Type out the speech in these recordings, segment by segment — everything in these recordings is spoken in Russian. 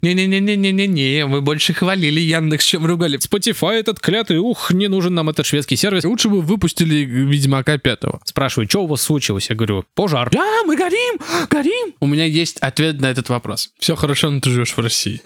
Не-не-не-не-не-не, вы больше хвалили Яндекс, чем ругали. Spotify этот клятый, не нужен нам этот шведский сервис. Лучше бы выпустили Ведьмака 5. Спрашиваю, что у вас случилось? Я говорю, пожар. Да, мы горим. У меня есть ответ на этот вопрос. Все хорошо, но ты живешь в России.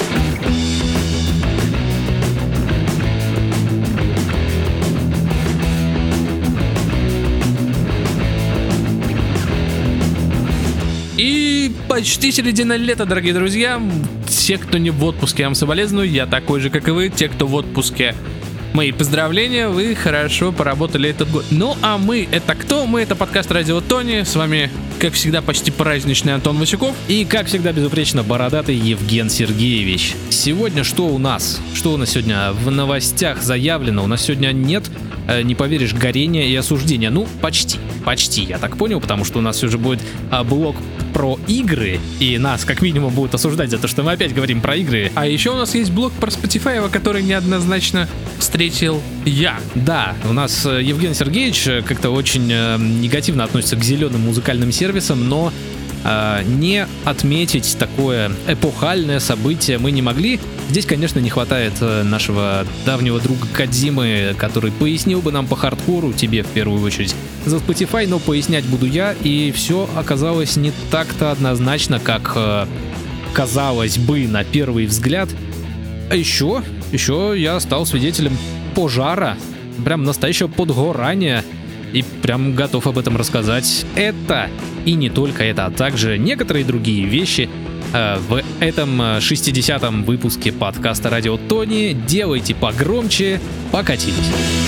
И почти середина лета, дорогие друзья. Те, кто не в отпуске, я вам соболезную. Я такой же, как и вы. Те, кто в отпуске, мои поздравления. Вы хорошо поработали этот год. Ну, а мы это кто? Мы это подкаст Радио Тони. С вами, как всегда, почти праздничный Антон Васюков. И, как всегда, безупречно бородатый Евген Сергеевич. Сегодня что у нас? Что у нас сегодня в новостях заявлено? У нас сегодня нет, не поверишь, горения и осуждения. Ну, почти, я так понял, потому что у нас уже будет блог про игры, и нас как минимум будут осуждать за то, что мы опять говорим про игры. А еще у нас есть блог про Spotify, который неоднозначно встретил я. Да, у нас Евген Сергеевич как-то очень негативно относится к зеленым музыкальным сервисам, но не отметить такое эпохальное событие мы не могли. Здесь, конечно, не хватает нашего давнего друга Кодзимы, который пояснил бы нам по хардкору, тебе в первую очередь, за Spotify, но пояснять буду я, и все оказалось не так-то однозначно, как казалось бы на первый взгляд. А еще я стал свидетелем пожара, прям настоящего подгорания, и прям готов об этом рассказать. Это и не только это, а также некоторые другие вещи в этом 60-м выпуске подкаста Радио Тони. Делайте погромче, покатились.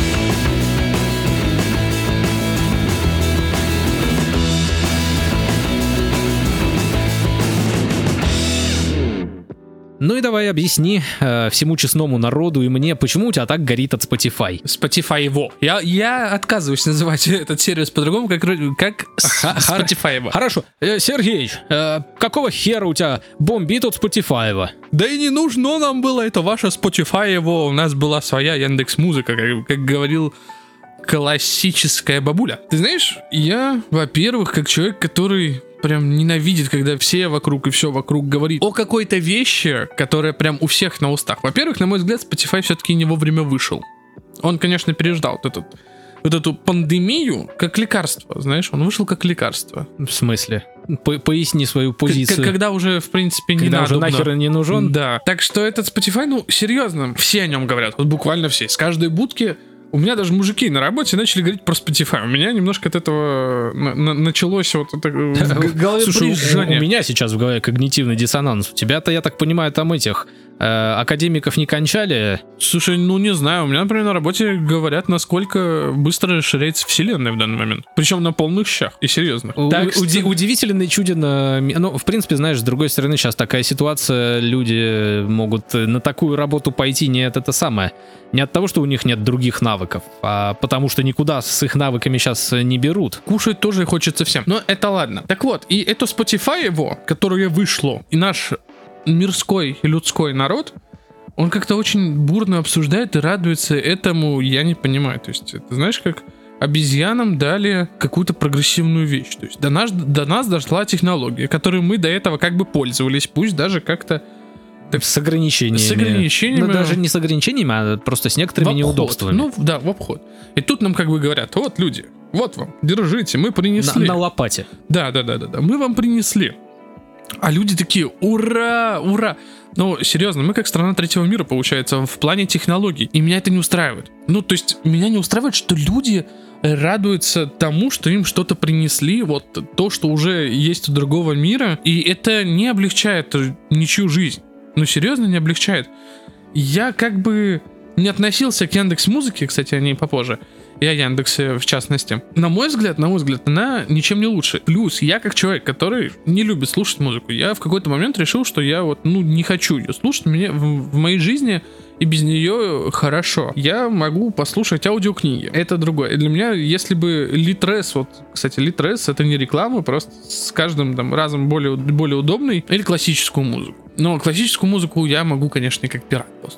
Ну и давай объясни всему честному народу и мне, почему у тебя так горит от Spotify. Spotify его. Я отказываюсь называть этот сервис по-другому, как Spotify его. Хорошо. Сергеич, какого хера у тебя бомбит от Spotify? Да и не нужно нам было это ваше Spotify его. У нас была своя Яндекс.Музыка, как говорил классическая бабуля. Ты знаешь, я, во-первых, как человек, который прям ненавидит, когда все вокруг и все вокруг говорит о какой-то вещи, которая прям у всех на устах. Во-первых, на мой взгляд, Spotify все-таки не вовремя вышел. Он, конечно, переждал вот эту пандемию как лекарство, знаешь, он вышел как лекарство. В смысле? Поясни свою позицию. Когда уже, в принципе, не надо. Когда уже нахер не нужен? Да. Так что этот Spotify, серьезно, все о нем говорят, вот буквально все. С каждой будки. У меня даже мужики на работе начали говорить про Spotify. У меня немножко от этого началось вот это в голове. Слушай, у меня сейчас в голове когнитивный диссонанс. У тебя-то, я так понимаю, там этих академиков не кончали? Слушай, не знаю. У меня, например, на работе говорят, насколько быстро расширяется вселенная в данный момент. Причем на полных щах и серьезно. Удивителен и чуден. В принципе, знаешь, с другой стороны, сейчас такая ситуация. Люди могут на такую работу пойти не от того, что у них нет других навыков, а потому что никуда с их навыками сейчас не берут. Кушать тоже хочется всем. Но это ладно. Так вот, и это Spotify его, которое вышло, и наш мирской и людской народ, он как-то очень бурно обсуждает и радуется этому, я не понимаю. То есть, это знаешь, как обезьянам дали какую-то прогрессивную вещь. То есть, до нас дошла технология, которой мы до этого как бы пользовались, пусть даже как-то с ограничениями. Ну, даже не с ограничениями, а просто с некоторыми неудобствами. В обход. И тут нам как бы говорят, вот, люди, вот вам, держите, мы принесли. На лопате. Да, мы вам принесли. А люди такие, ура. Серьезно, мы как страна третьего мира, получается, в плане технологий. И меня это не устраивает. То есть, меня не устраивает, что люди радуются тому, что им что-то принесли, вот то, что уже есть у другого мира. И это не облегчает ничью жизнь. Серьезно не облегчает. Я как бы не относился к Яндекс.Музыке, кстати, о ней попозже, и о Яндексе в частности. На мой взгляд, она ничем не лучше. Плюс, я как человек, который не любит слушать музыку, я в какой-то момент решил, что я не хочу ее слушать. Мне в моей жизни и без нее хорошо. Я могу послушать аудиокниги. Это другое. И для меня, если бы Litres, кстати, Litres это не реклама, просто с каждым разом более удобный, или классическую музыку. Но классическую музыку я могу, конечно, и как пират послушать.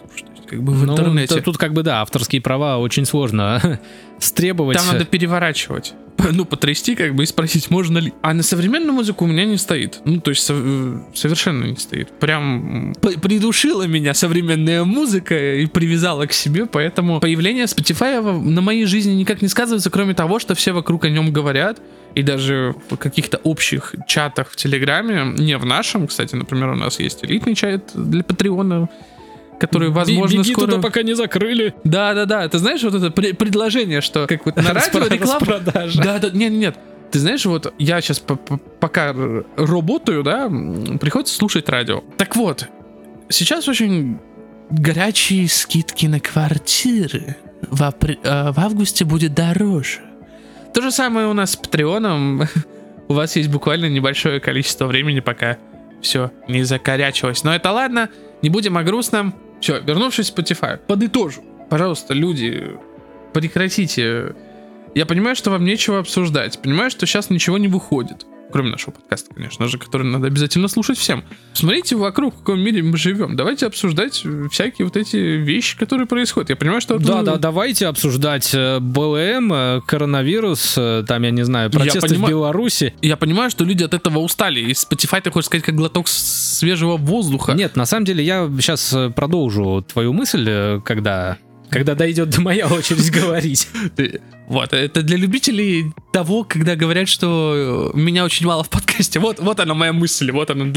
как бы в интернете. Тут как бы да, авторские права очень сложно стребовать. Там надо переворачивать. Потрясти как бы и спросить, можно ли. А на современную музыку у меня не стоит. То есть совершенно не стоит. Прям придушила меня современная музыка и привязала к себе, поэтому появление Spotify на моей жизни никак не сказывается, кроме того, что все вокруг о нем говорят. И даже в каких-то общих чатах в Телеграме, не в нашем, кстати, например, у нас есть элитный чат для Патреона, который, возможно, Беги скоро... туда, пока не закрыли. Да. Ты знаешь, вот это предложение, что как вот на радио реклама... Распродажа. Да. Нет. Ты знаешь, вот я сейчас пока работаю, да, приходится слушать радио. Так вот, сейчас очень горячие скидки на квартиры. В августе будет дороже. То же самое у нас с Патреоном. У вас есть буквально небольшое количество времени, пока все не закорячилось. Но это ладно, не будем о грустном. Все, вернувшись в Spotify, подытожу. Пожалуйста, люди, прекратите. Я понимаю, что вам нечего обсуждать. Понимаю, что сейчас ничего не выходит. Кроме нашего подкаста, конечно же, который надо обязательно слушать всем. Смотрите вокруг, в каком мире мы живем. Давайте обсуждать всякие вот эти вещи, которые происходят. Я понимаю, что... Да, давайте обсуждать БЛМ, коронавирус, там, я не знаю, протесты в Беларуси. Я понимаю, что люди от этого устали. И Spotify, ты хочешь сказать, как глоток свежего воздуха. Нет, на самом деле, я сейчас продолжу твою мысль, когда дойдет до моя очередь говорить. Вот, это для любителей того, когда говорят, что меня очень мало в подкасте. Вот она моя мысль, вот она,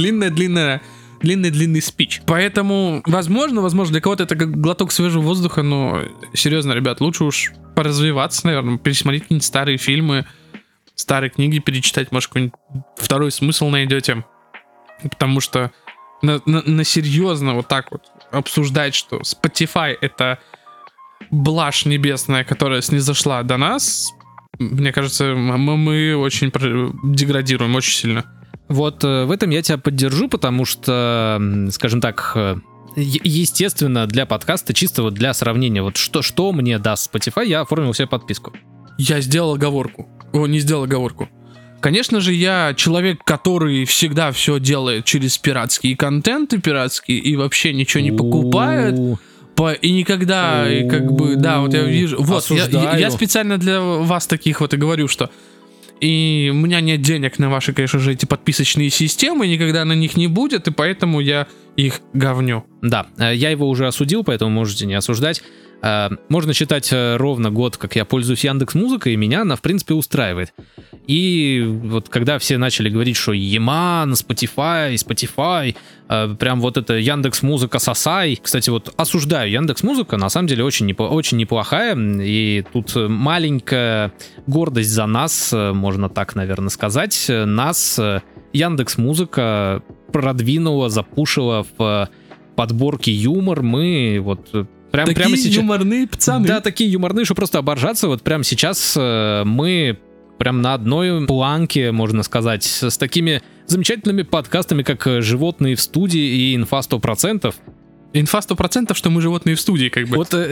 длинный спич. Поэтому, возможно, для кого-то это как глоток свежего воздуха, но серьезно, ребят, лучше уж поразвиваться, наверное, пересмотреть какие-нибудь старые фильмы, старые книги перечитать, может, какой-нибудь второй смысл найдете. Потому что на серьезно вот так вот обсуждать, что Spotify — это блажь небесная, которая снизошла до нас, мне кажется, мы очень деградируем, очень сильно. Вот в этом я тебя поддержу, потому что, скажем так, естественно, для подкаста, чисто вот для сравнения, вот что мне даст Spotify, я оформил себе подписку. Я сделал оговорку. Не сделал оговорку. Конечно же, я человек, который всегда все делает через пиратские контенты, пиратские, и вообще ничего не покупает. И никогда, и как бы, да, вот я вижу, вот, я специально для вас таких вот и говорю, что и у меня нет денег на ваши, конечно же, эти подписочные системы, никогда на них не будет, и поэтому я их говню. Да, я его уже осудил, поэтому можете не осуждать. Можно считать ровно год, как я пользуюсь Яндекс.Музыкой, и меня она, в принципе, устраивает. И вот когда все начали говорить, что Еман, Spotify, прям вот это Яндекс.Музыка сосай. Кстати, вот осуждаю Яндекс.Музыка, на самом деле очень неплохая, и тут маленькая гордость за нас, можно так, наверное, сказать. Нас Яндекс.Музыка продвинула, запушила в подборке юмор. Мы вот... Прямо сейчас... юморные пацаны. Да, такие юморные, что просто оборжаться. Вот прямо сейчас мы прям на одной планке, можно сказать, с такими замечательными подкастами, как «Животные в студии» и «Инфа 100%». Инфа 100%, что мы животные в студии, как бы. Вот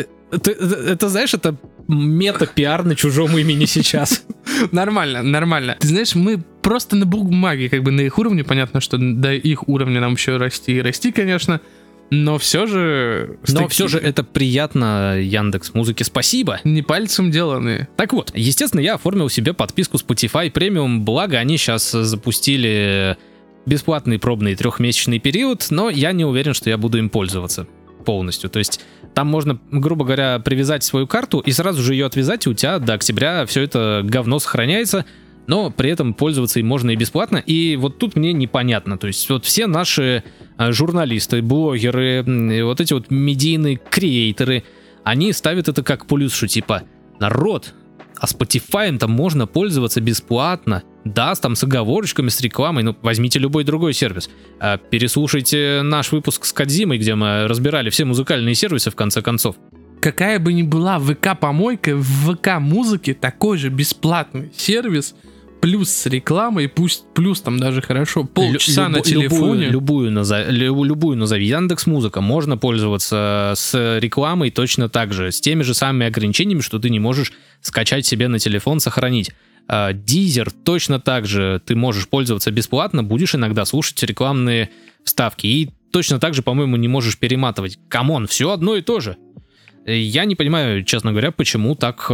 это знаешь, это мета-пиар на чужом имени сейчас. Нормально. Ты знаешь, мы просто на бумаге, как бы на их уровне, понятно, что до их уровня нам еще расти, конечно. Но все же это приятно Яндекс.Музыке. Спасибо. Не пальцем деланные. Так вот, естественно, я оформил себе подписку Spotify Premium, благо они сейчас запустили бесплатный пробный 3-месячный период, но я не уверен, что я буду им пользоваться полностью. То есть там можно, грубо говоря, привязать свою карту и сразу же ее отвязать, и у тебя до октября все это говно сохраняется, но при этом пользоваться им можно и бесплатно. И вот тут мне непонятно. То есть вот все наши журналисты, блогеры, вот эти вот медийные креаторы, они ставят это как плюс, что типа, народ, а Spotify там можно пользоваться бесплатно, да, там с оговорочками, с рекламой, ну, возьмите любой другой сервис. Переслушайте наш выпуск с Кодзимой, где мы разбирали все музыкальные сервисы в конце концов. Какая бы ни была ВК-помойка, в ВК-музыке такой же бесплатный сервис, плюс с рекламой, пусть плюс там даже хорошо полчаса на телефоне. Любую назови. Яндекс.Музыка можно пользоваться с рекламой точно так же, с теми же самыми ограничениями, что ты не можешь скачать себе на телефон, сохранить. Deezer точно так же ты можешь пользоваться бесплатно, будешь иногда слушать рекламные вставки. И точно так же, по-моему, не можешь перематывать. Камон, все одно и то же. Я не понимаю, честно говоря, почему так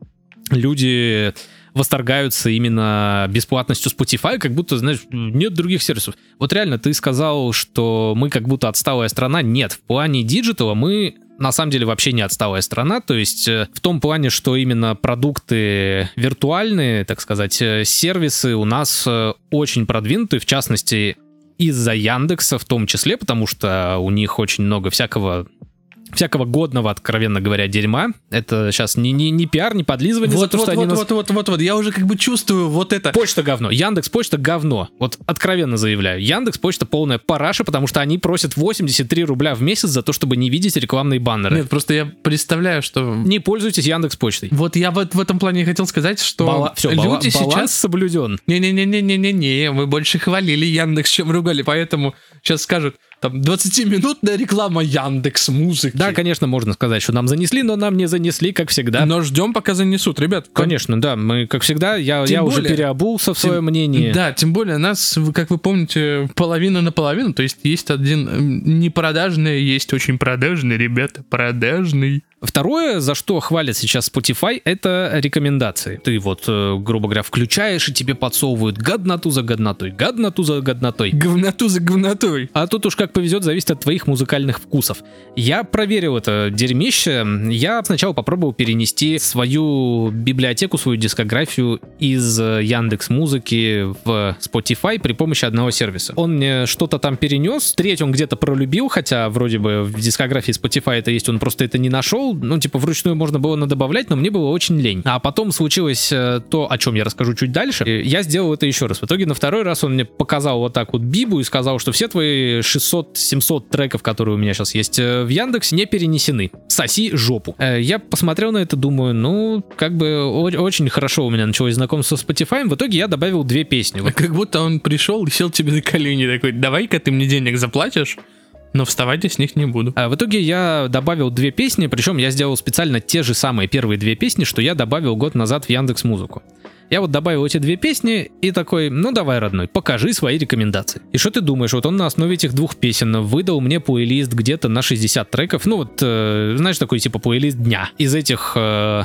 люди восторгаются именно бесплатностью Spotify, как будто, знаешь, нет других сервисов. Вот реально, ты сказал, что мы как будто отсталая страна. Нет, в плане диджитала мы на самом деле вообще не отсталая страна, то есть в том плане, что именно продукты виртуальные, так сказать, сервисы у нас очень продвинуты, в частности, из-за Яндекса в том числе, потому что у них очень много всякого годного, откровенно говоря, дерьма. Это сейчас не пиар, не подлизывание за то, что они нас... Вот, я уже как бы чувствую вот это. Почта говно. Яндекс.Почта говно. Вот откровенно заявляю. Яндекс.Почта полная параша, потому что они просят 83 рубля в месяц за то, чтобы не видеть рекламные баннеры. Нет, просто я представляю, что... Не пользуйтесь Яндекс.Почтой. Вот я вот в этом плане хотел сказать, что люди сейчас... Баланс соблюден. Не-не-не, вы больше хвалили Яндекс, чем ругали, поэтому сейчас скажут, там, 20-минутная реклама Яндекс.Музыки. Да, конечно, можно сказать, что нам занесли, но нам не занесли, как всегда. Но ждем, пока занесут, ребят. Конечно, да, мы, как всегда, я уже переобулся в свое мнение. Да, тем более нас, как вы помните, половина на половину, то есть есть один непродажный, есть очень продажный, ребята, продажный. Второе, за что хвалят сейчас Spotify, это рекомендации. Ты вот, грубо говоря, включаешь, и тебе подсовывают годноту за годнотой, годноту за годнотой. Говноту за говнотой. А тут уж как повезет, зависит от твоих музыкальных вкусов. Я проверил это дерьмище. Я сначала попробовал перенести свою библиотеку, свою дискографию из Яндекс.Музыки в Spotify при помощи одного сервиса. Он мне что-то там перенес, треть он где-то пролюбил, хотя вроде бы в дискографии Spotify это есть, он просто это не нашел. Ну, типа, вручную можно было надобавлять, но мне было очень лень. А потом случилось то, о чем я расскажу чуть дальше. И я сделал это еще раз. В итоге на второй раз он мне показал вот так вот бибу и сказал, что все твои 600-700 треков, которые у меня сейчас есть в Яндексе, не перенесены. Соси жопу. Я посмотрел на это, думаю, ну, как бы очень хорошо у меня началось знакомство с Spotify. В итоге я добавил 2 песни. Вот. Как будто он пришел и сел тебе на колени такой, давай-ка ты мне денег заплатишь, но вставать я с них не буду. В итоге я добавил 2 песни, причем я сделал специально те же самые первые 2 песни, что я добавил год назад в Яндекс.Музыку. Я вот добавил эти 2 песни и такой, ну давай, родной, покажи свои рекомендации. И что ты думаешь, вот он на основе этих 2 песен выдал мне плейлист где-то на 60 треков, ну вот, знаешь, такой типа плейлист дня. Из этих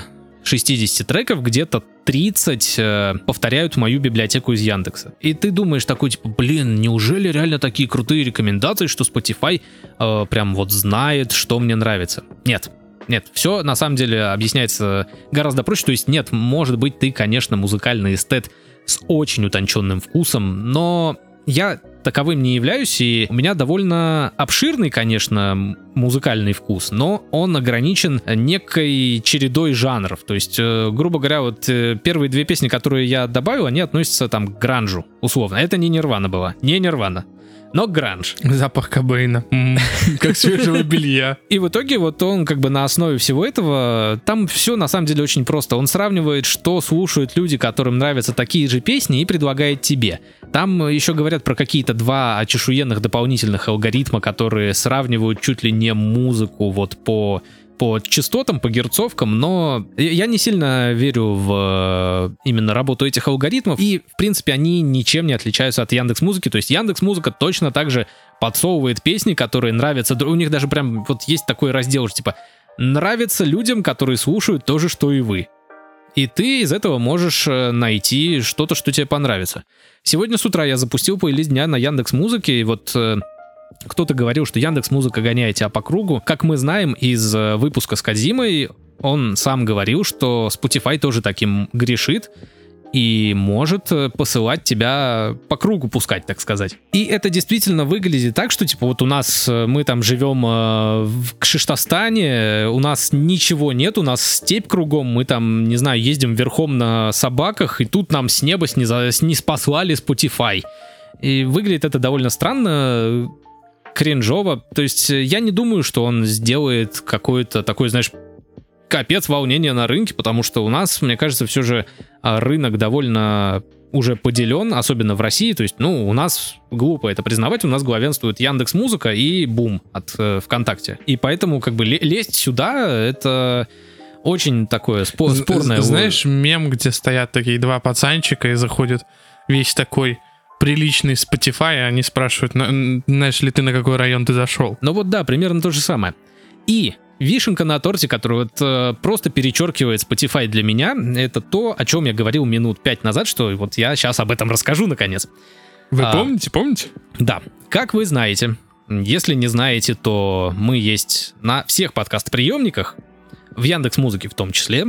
60 треков где-то 30 повторяют мою библиотеку из Яндекса. И ты думаешь такой, типа, блин, неужели реально такие крутые рекомендации, что Spotify прям вот знает, что мне нравится? Нет, все на самом деле объясняется гораздо проще. То есть нет, может быть, ты, конечно, музыкальный эстет с очень утонченным вкусом, но я таковым не являюсь, и у меня довольно обширный, конечно, музыкальный вкус, но он ограничен некой чередой жанров. То есть, грубо говоря, вот первые 2 песни, которые я добавил, они относятся там к гранжу, условно. Это не Нирвана была, не Нирвана, но гранж. Запах Кобейна, как свежего белья. И в итоге вот он как бы на основе всего этого, там все на самом деле очень просто. Он сравнивает, что слушают люди, которым нравятся такие же песни, и предлагает тебе. Там еще говорят про какие-то 2 очешуенных дополнительных алгоритма, которые сравнивают чуть ли не музыку вот по частотам, по герцовкам, но я не сильно верю в именно работу этих алгоритмов, и, в принципе, они ничем не отличаются от Яндекс.Музыки, то есть Яндекс.Музыка точно так же подсовывает песни, которые нравятся, у них даже прям вот есть такой раздел, что типа нравится людям, которые слушают то же, что и вы. И ты из этого можешь найти что-то, что тебе понравится. Сегодня с утра я запустил плейлист дня на Яндекс.Музыке, и вот... Кто-то говорил, что Яндекс.Музыка гоняет тебя по кругу. Как мы знаем из выпуска с Кодзимой, он сам говорил, что Spotify тоже таким грешит и может посылать тебя по кругу пускать, так сказать. И это действительно выглядит так, что типа вот у нас, мы там живем в Кшиштостане, у нас ничего нет, у нас степь кругом, мы там, не знаю, ездим верхом на собаках, и тут нам с неба снизпослали Spotify. И выглядит это довольно странно, кринжово. То есть я не думаю, что он сделает какой-то такой, знаешь, капец волнения на рынке, потому что у нас, мне кажется, все же рынок довольно уже поделен, особенно в России. То есть, ну, у нас, глупо это признавать, у нас главенствует Яндекс.Музыка и Бум от ВКонтакте. И поэтому как бы лезть сюда, это... очень такое спорное. Знаешь, мем, где стоят такие 2 пацанчика и заходит весь такой приличный Spotify, и они спрашивают, знаешь ли ты, на какой район ты зашел. Ну вот да, примерно то же самое. И вишенка на торте, которая вот просто перечеркивает Spotify для меня, это то, о чем я говорил минут 5 назад, что вот я сейчас об этом расскажу наконец. Вы помните? Да. Как вы знаете, если не знаете, то мы есть на всех подкаст-приемниках, в Яндекс.Музыке в том числе.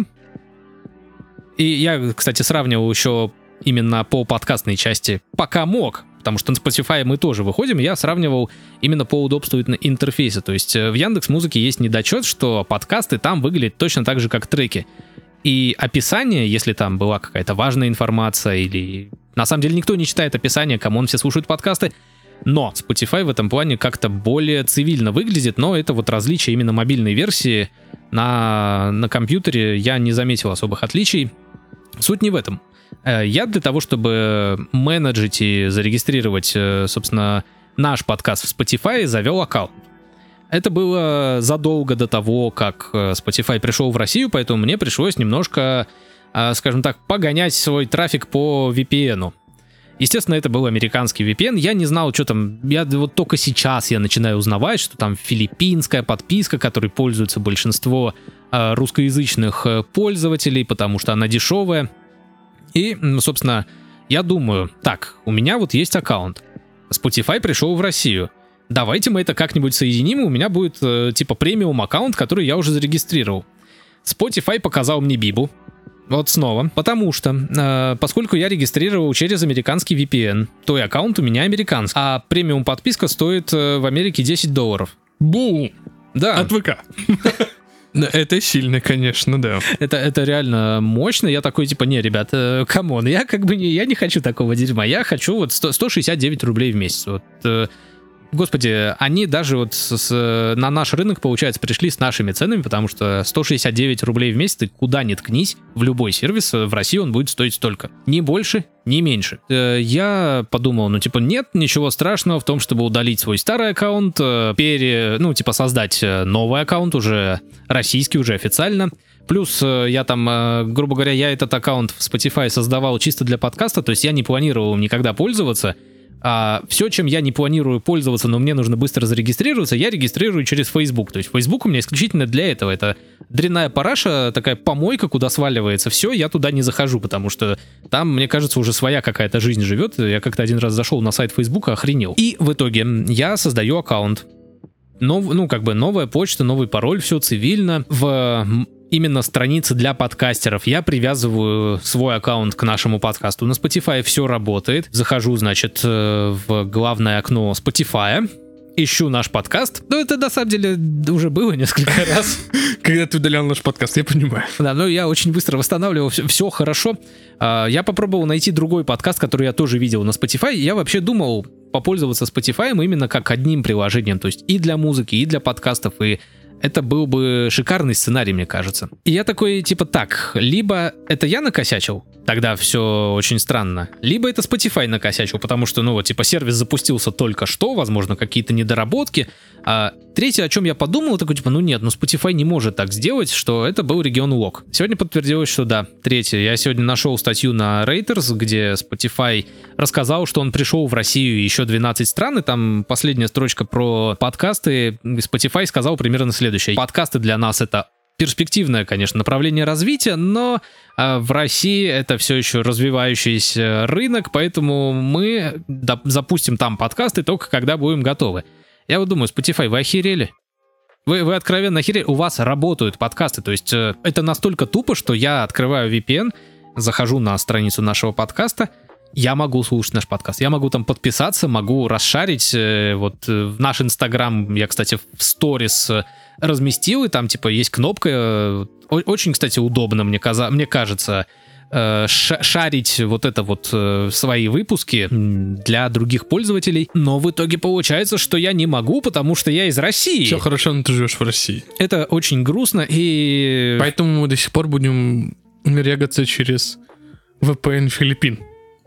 И я, кстати, сравнивал еще именно по подкастной части, пока мог, потому что на Spotify мы тоже выходим, я сравнивал именно по удобству интерфейса. То есть в Яндекс.Музыке есть недочет, что подкасты там выглядят точно так же, как треки. И описание, если там была какая-то важная информация, или... На самом деле никто не читает описание, камон, все слушают подкасты, но Spotify в этом плане как-то более цивильно выглядит, но это вот различие именно мобильной версии. На компьютере я не заметил особых отличий. Суть не в этом. Я для того, чтобы менеджить и зарегистрировать, собственно, наш подкаст в Spotify, завел аккаунт. Это было задолго до того, как Spotify пришел в Россию, поэтому мне пришлось немножко, скажем так, погонять свой трафик по VPN. Естественно, это был американский VPN. Я не знал, что там. Вот только сейчас я начинаю узнавать, что там филиппинская подписка, которой пользуется большинство русскоязычных пользователей, потому что она дешевая. И, собственно, я думаю, так, у меня вот есть аккаунт. Spotify пришел в Россию. Давайте мы это как-нибудь соединим, и у меня будет типа премиум аккаунт, который я уже зарегистрировал. Spotify показал мне Бибу. Вот снова. Потому что, поскольку я регистрировал через американский VPN, то и аккаунт у меня американский. А премиум подписка стоит в Америке $10. Бум! Да. От ВК. Это сильно, конечно, да. Это реально мощно. Я такой, типа, не, ребята, камон, я не хочу такого дерьма. Я хочу вот 169 рублей в месяц. Вот, господи, они даже вот на наш рынок, получается, пришли с нашими ценами, потому что 169 рублей в месяц, ты куда ни ткнись, в любой сервис, в России он будет стоить столько. Ни больше, ни меньше. Я подумал, нет ничего страшного в том, чтобы удалить свой старый аккаунт, создать новый аккаунт, уже российский, уже официально. Плюс я там, грубо говоря, я этот аккаунт в Spotify создавал чисто для подкаста, то есть я не планировал им никогда пользоваться. А все, чем я не планирую пользоваться, но мне нужно быстро зарегистрироваться, я регистрирую через Facebook. То есть Facebook у меня исключительно для этого. Это дрянная параша, такая помойка, куда сваливается все, я туда не захожу, потому что там, мне кажется, уже своя какая-то жизнь живет. Я как-то один раз зашел на сайт Facebook, охренел. И в итоге я создаю аккаунт. Новая почта, новый пароль, все цивильно. В именно страницы для подкастеров я привязываю свой аккаунт к нашему подкасту. На Spotify все работает. Захожу, значит, в главное окно Spotify, ищу наш подкаст. Это на самом деле уже было несколько раз. Когда ты удалял наш подкаст, я понимаю. Да, но я очень быстро восстанавливал, все хорошо. Я попробовал найти другой подкаст, который я тоже видел на Spotify. Я вообще думал попользоваться Spotify именно как одним приложением, то есть и для музыки, и для подкастов, и это был бы шикарный сценарий, мне кажется. И я такой, так, либо это я накосячил, тогда все очень странно, либо это Spotify накосячил, потому что, сервис запустился только что, возможно, какие-то недоработки. А третье, о чем я подумал, такой, Spotify не может так сделать, что это был регион лог. Сегодня подтвердилось, что да. Третье, я сегодня нашел статью на Reuters, где Spotify рассказал, что он пришел в Россию еще 12 стран, и там последняя строчка про подкасты. Spotify сказал примерно следующее. Подкасты для нас это перспективное, конечно, направление развития, но в России это все еще развивающийся рынок, поэтому мы запустим там подкасты только когда будем готовы. Я вот думаю, Spotify, вы охерели? Вы откровенно охерели? У вас работают подкасты, то есть это настолько тупо, что я открываю VPN, захожу на страницу нашего подкаста, я могу слушать наш подкаст, я могу там подписаться, могу расшарить, вот в наш Инстаграм я, кстати, в сторис разместил, и там есть кнопка, очень, кстати, удобно, мне кажется, шарить вот это вот свои выпуски для других пользователей, но в итоге получается, что я не могу, потому что я из России. Все хорошо, но ты живешь в России. Это очень грустно, и... Поэтому мы до сих пор будем регаться через VPN Филиппин.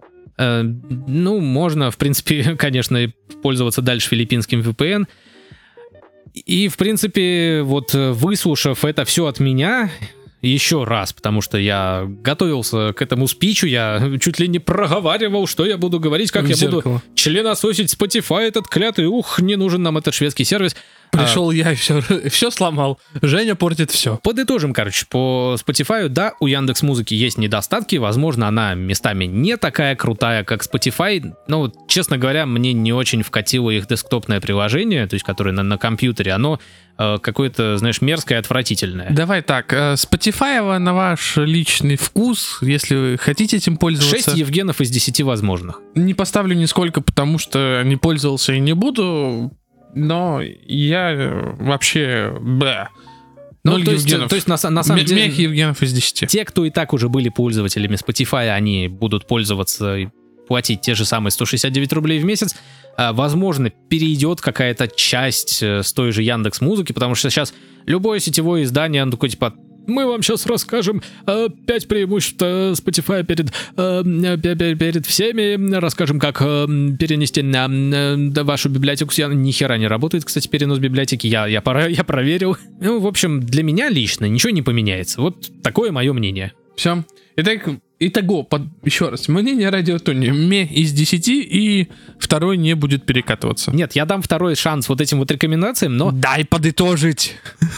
Можно, в принципе, конечно, пользоваться дальше филиппинским VPN. И, в принципе, вот выслушав это все от меня, еще раз, потому что я готовился к этому спичу, я чуть ли не проговаривал, что я буду говорить, как я буду членососить Spotify этот клятый, не нужен нам этот шведский сервис. Пришел я и все сломал. Женя портит все. Подытожим, короче, по Spotify, да, у Яндекс.Музыки есть недостатки, возможно, она местами не такая крутая, как Spotify, но, честно говоря, мне не очень вкатило их десктопное приложение, то есть, которое на компьютере, оно какое-то, знаешь, мерзкое и отвратительное. Давай так, Spotify на ваш личный вкус, если вы хотите этим пользоваться. 6 Евгенов из 10 возможных. Не поставлю нисколько, потому что не пользовался и не буду, но я вообще... Ну, то есть на самом деле... Мех Евгенов из 10. Те, кто и так уже были пользователями Spotify, они будут пользоваться и платить те же самые 169 рублей в месяц. Возможно, перейдет какая-то часть с той же Яндекс.Музыки, потому что сейчас любое сетевое издание, оно такое, типа, мы вам сейчас расскажем 5 преимуществ Spotify перед всеми, расскажем, как перенести на вашу библиотеку. Ни хера не работает, кстати, перенос библиотеки, я проверил. Ну, в общем, для меня лично ничего не поменяется. Вот такое мое мнение. Все. Итого, еще раз, мнение Радио Тони, ме из 10, и второй не будет перекатываться. Нет, я дам второй шанс вот этим вот рекомендациям, но... Дай подытожить!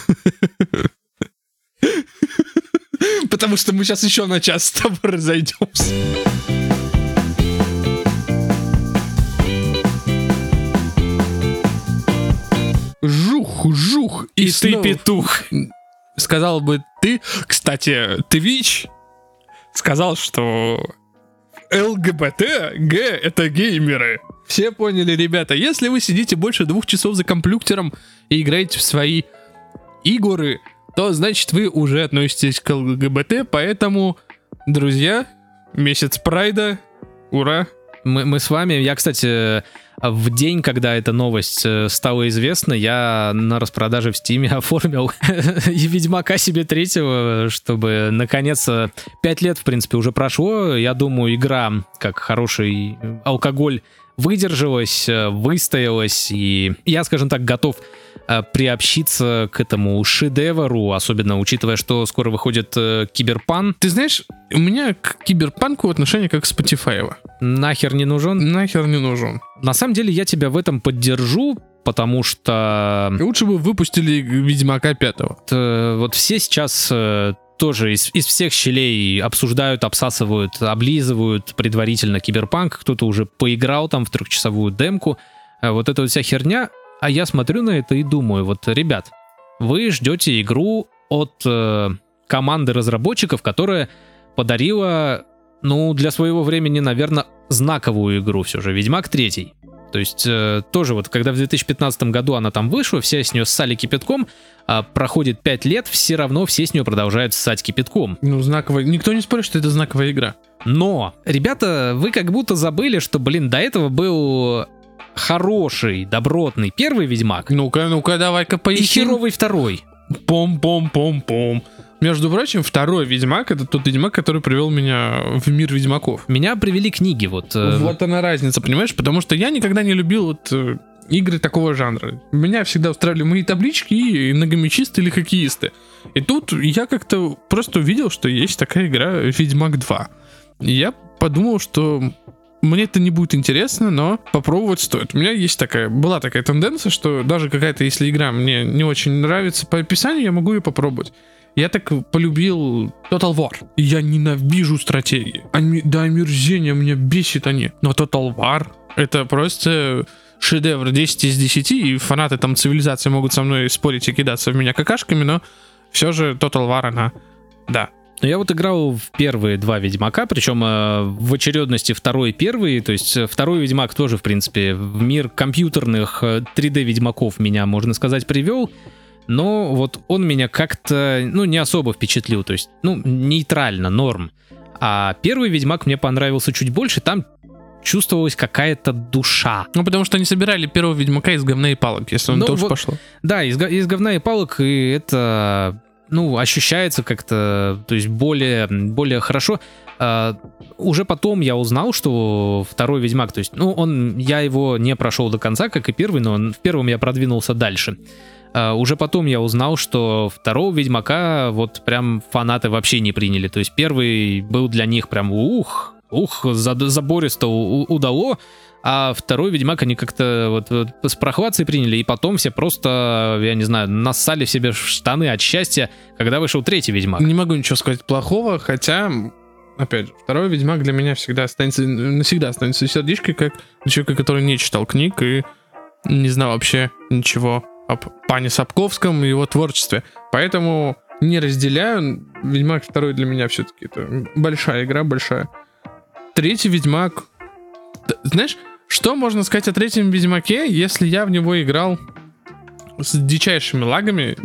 Потому что мы сейчас еще на час с тобой разойдемся. Жух, и ты петух. Сказал бы ты, кстати, Twitch сказал, что ЛГБТ, это геймеры. Все поняли, ребята. Если вы сидите больше 2 часов за компьютером и играете в свои игры, то значит вы уже относитесь к ЛГБТ, поэтому, друзья, месяц прайда, ура. Мы с вами, я, кстати, в день, когда эта новость стала известна, я на распродаже в Стиме оформил и Ведьмака себе 3-го, чтобы, наконец, 5 лет, в принципе, уже прошло. Я думаю, игра, как хороший алкоголь, выдержалась, выстоялась, и я, скажем так, готов приобщиться к этому шедевру, особенно учитывая, что скоро выходит Киберпанк. Ты знаешь, у меня к Киберпанку отношение как к Spotify. Нахер не нужен? Нахер не нужен. На самом деле я тебя в этом поддержу, потому что... Лучше бы выпустили Ведьмака 5-го. Вот все сейчас тоже из всех щелей обсуждают, обсасывают, облизывают предварительно Киберпанк. Кто-то уже поиграл там в 3-часовую демку. Вот эта вот вся херня. А я смотрю на это и думаю, вот, ребят, вы ждете игру от команды разработчиков, которая подарила, для своего времени, наверное, знаковую игру все же, Ведьмак 3. То есть тоже вот, когда в 2015 году она там вышла, все с нее ссали кипятком, проходит 5 лет, все равно все с нее продолжают ссать кипятком. Знаковая. Никто не спорит, что это знаковая игра. Но, ребята, вы как будто забыли, что, до этого был... хороший, добротный первый Ведьмак. Ну-ка, давай-ка поясним. И херовый второй. Пом-пом-пом-пом. Между прочим, второй Ведьмак — это тот Ведьмак, который привел меня в мир Ведьмаков. Меня привели книги, вот. Вот она разница, понимаешь? Потому что я никогда не любил игры такого жанра. Меня всегда устраивали мои таблички и многомечисты или хоккеисты. И тут я как-то просто увидел, что есть такая игра Ведьмак 2. И я подумал, что... мне это не будет интересно, но попробовать стоит. У меня была такая тенденция, что даже какая-то, если игра мне не очень нравится по описанию, я могу ее попробовать. Я так полюбил Total War. Я ненавижу стратегии. До омерзения меня бесит они. Но Total War — это просто шедевр 10 из 10, и фанаты там цивилизации могут со мной спорить и кидаться в меня какашками, но все же Total War, она... да. Я вот играл в первые 2 Ведьмака, причем в очередности второй и первый, то есть второй Ведьмак тоже, в принципе, в мир компьютерных 3D Ведьмаков меня, можно сказать, привел, но вот он меня как-то, не особо впечатлил, то есть, нейтрально, норм. А первый Ведьмак мне понравился чуть больше, там чувствовалась какая-то душа. Потому что они собирали первого Ведьмака из говна и палок, если он тоже пошло. Да, из говна и палок, и это... ощущается как-то, то есть более хорошо. Уже потом я узнал, что второй Ведьмак, то есть, я его не прошел до конца, как и первый, но в первом я продвинулся дальше. уже потом я узнал, что второго Ведьмака вот прям фанаты вообще не приняли. То есть первый был для них прям забористо удало, а второй Ведьмак они как-то вот с прохладцей приняли, и потом все просто, я не знаю, нассали в себе штаны от счастья, когда вышел третий Ведьмак. Не могу ничего сказать плохого, хотя, опять же, второй Ведьмак для меня навсегда останется сердечкой, как человека, который не читал книг и не знал вообще ничего об пане Сапковском и его творчестве. Поэтому не разделяю. Ведьмак 2 для меня все-таки это большая игра, большая. Третий Ведьмак... Знаешь, что можно сказать о третьем Ведьмаке, если я в него играл с дичайшими лагами?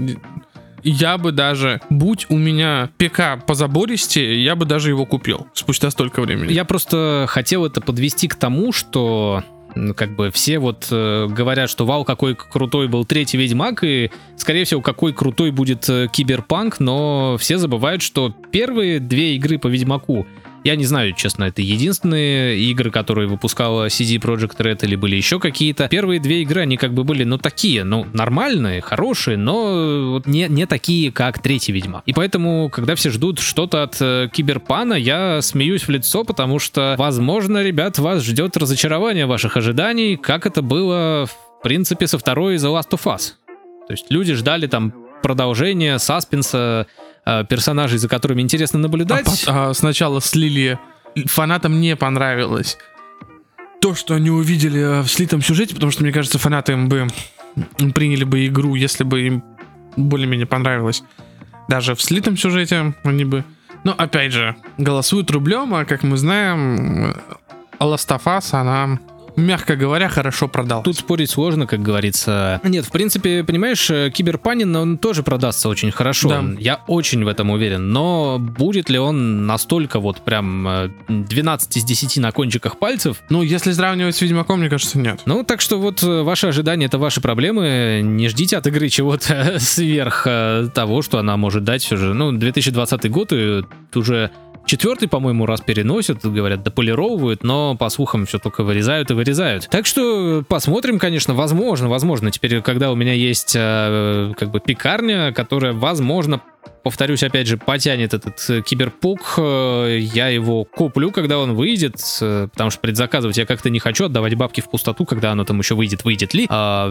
Я бы даже, будь у меня ПК по забористе, я бы даже его купил спустя столько времени. Я просто хотел это подвести к тому, что как бы все вот говорят, что вау, какой крутой был третий Ведьмак, и, скорее всего, какой крутой будет Киберпанк, но все забывают, что первые 2 игры по Ведьмаку, я не знаю, честно, это единственные игры, которые выпускала CD Projekt Red, или были еще какие-то. Первые 2 игры, они как бы были, такие, нормальные, хорошие, но не такие, как третий Ведьмак. И поэтому, когда все ждут что-то от Киберпана, я смеюсь в лицо, потому что, возможно, ребят, вас ждет разочарование ваших ожиданий, как это было, в принципе, со второй The Last of Us. То есть люди ждали там продолжения, саспенса, персонажей, за которыми интересно наблюдать. Сначала слили, фанатам не понравилось то, что они увидели в слитом сюжете, потому что, мне кажется, фанаты приняли бы игру, если бы им более-менее понравилось. Даже в слитом сюжете они бы... Но, опять же, голосуют рублем, а, как мы знаем, Last of Us, она... мягко говоря, хорошо продал. Тут спорить сложно, как говорится. Нет, в принципе, понимаешь, Киберпанин, он тоже продастся очень хорошо. Да. Я очень в этом уверен. Но будет ли он настолько вот прям 12 из 10 на кончиках пальцев? Если сравнивать с Ведьмаком, мне кажется, нет. Так что вот ваши ожидания — это ваши проблемы. Не ждите от игры чего-то сверх того, что она может дать все же. 2020 год, и уже... 4-й, по-моему, раз переносят, говорят, дополировывают, но по слухам все только вырезают и вырезают. Так что посмотрим, конечно, возможно, теперь, когда у меня есть как бы пекарня, которая, возможно, повторюсь, опять же, потянет этот Киберпук, я его куплю, когда он выйдет, потому что предзаказывать я как-то не хочу, отдавать бабки в пустоту, когда оно там еще выйдет ли,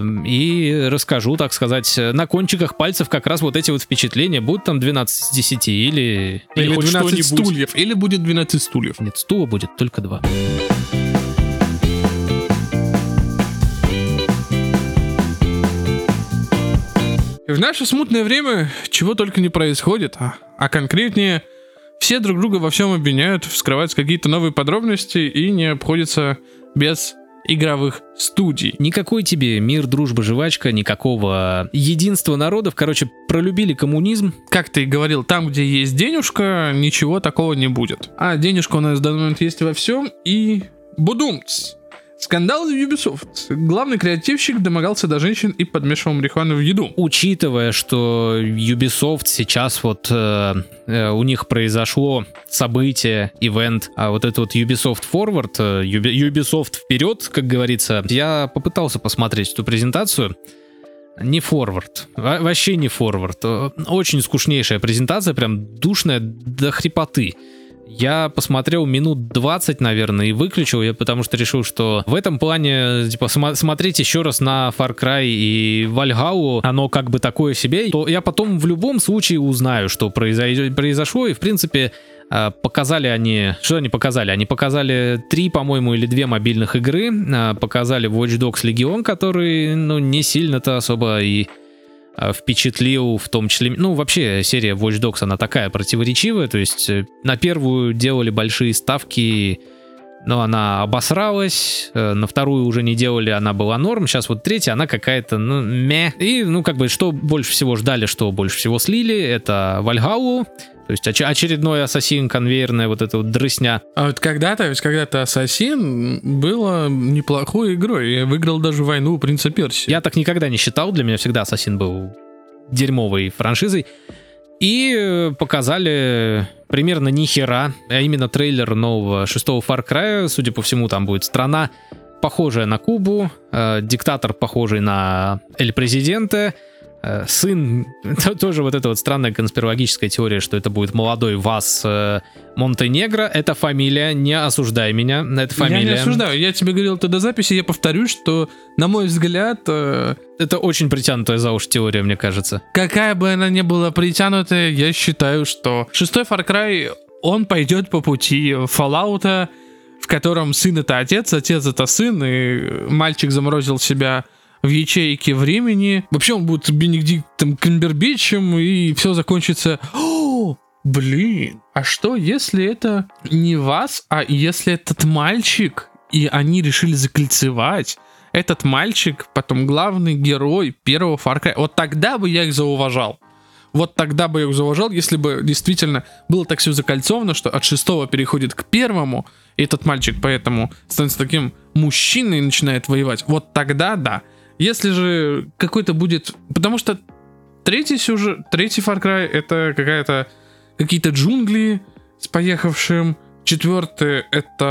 и расскажу, так сказать, на кончиках пальцев как раз вот эти вот впечатления, будут там 12 из 10 или хоть 12 стульев, или будет 12 стульев. Нет, стула будет только 2. В наше смутное время чего только не происходит, а конкретнее, все друг друга во всем обвиняют, вскрываются какие-то новые подробности и не обходятся без игровых студий. Никакой тебе мир, дружба, жвачка, никакого единства народов, пролюбили коммунизм. Как ты и говорил, там, где есть денежка, ничего такого не будет. А денежка у нас в данный момент есть во всем, и будумц. Скандал в Ubisoft. Главный креативщик домогался до женщин и подмешивал марихуану в еду. Учитывая, что Ubisoft сейчас у них произошло событие, ивент, а вот это вот Ubisoft Forward, Ubisoft вперед, как говорится, я попытался посмотреть эту презентацию. Не форвард, вообще не форвард. Очень скучнейшая презентация, прям душная до хрипоты. Я посмотрел минут 20, наверное, и выключил я, потому что решил, что в этом плане, смотреть еще раз на Far Cry и Valhalla, оно как бы такое себе, то я потом в любом случае узнаю, что произошло, и, в принципе, показали они... Что они показали? Они показали 3, по-моему, или 2 мобильных игры, показали Watch Dogs Legion, который, не сильно-то особо и... впечатлил, в том числе... вообще, серия Watch Dogs, она такая противоречивая, то есть на первую делали большие ставки, но она обосралась, на вторую уже не делали, она была норм, сейчас вот третья, она какая-то, мeh. И, что больше всего ждали, что больше всего слили, это Valhalla, то есть очередной Ассасин, конвейерная вот эта вот дрысня. А вот когда-то Ассасин было неплохой игрой. Я выиграл даже войну у Принца Персии. Я так никогда не считал, для меня всегда Ассасин был дерьмовой франшизой. И показали примерно нихера, а именно трейлер нового 6-го Far Cry. Судя по всему, там будет страна, похожая на Кубу, диктатор, похожий на Эль Президента, сын, тоже вот эта вот странная конспирологическая теория, что это будет молодой Вас Монтенегро, это фамилия, не осуждай меня, это фамилия. Я не осуждаю, я тебе говорил это до записи, я повторюсь, что, на мой взгляд... Это очень притянутая за уши теория, мне кажется. Какая бы она ни была притянутая, я считаю, что 6-й Far Cry, он пойдет по пути Fallout'а, в котором сын это отец это сын, и мальчик заморозил себя в ячейке времени. Вообще он будет Бенедиктом Камбербэтчем, и все закончится... О, блин, а что если это не Вас, а если этот мальчик, и они решили закольцевать этот мальчик, потом главный герой первого Far Cry? Вот тогда бы я их зауважал. Вот тогда бы я их зауважал, если бы действительно было так все закольцовано, что от 6-го переходит к 1-му, и этот мальчик поэтому становится таким мужчиной и начинает воевать. Вот тогда да. Если же какой-то будет... Потому что третий Far Cry это какие-то джунгли с поехавшим. 4-й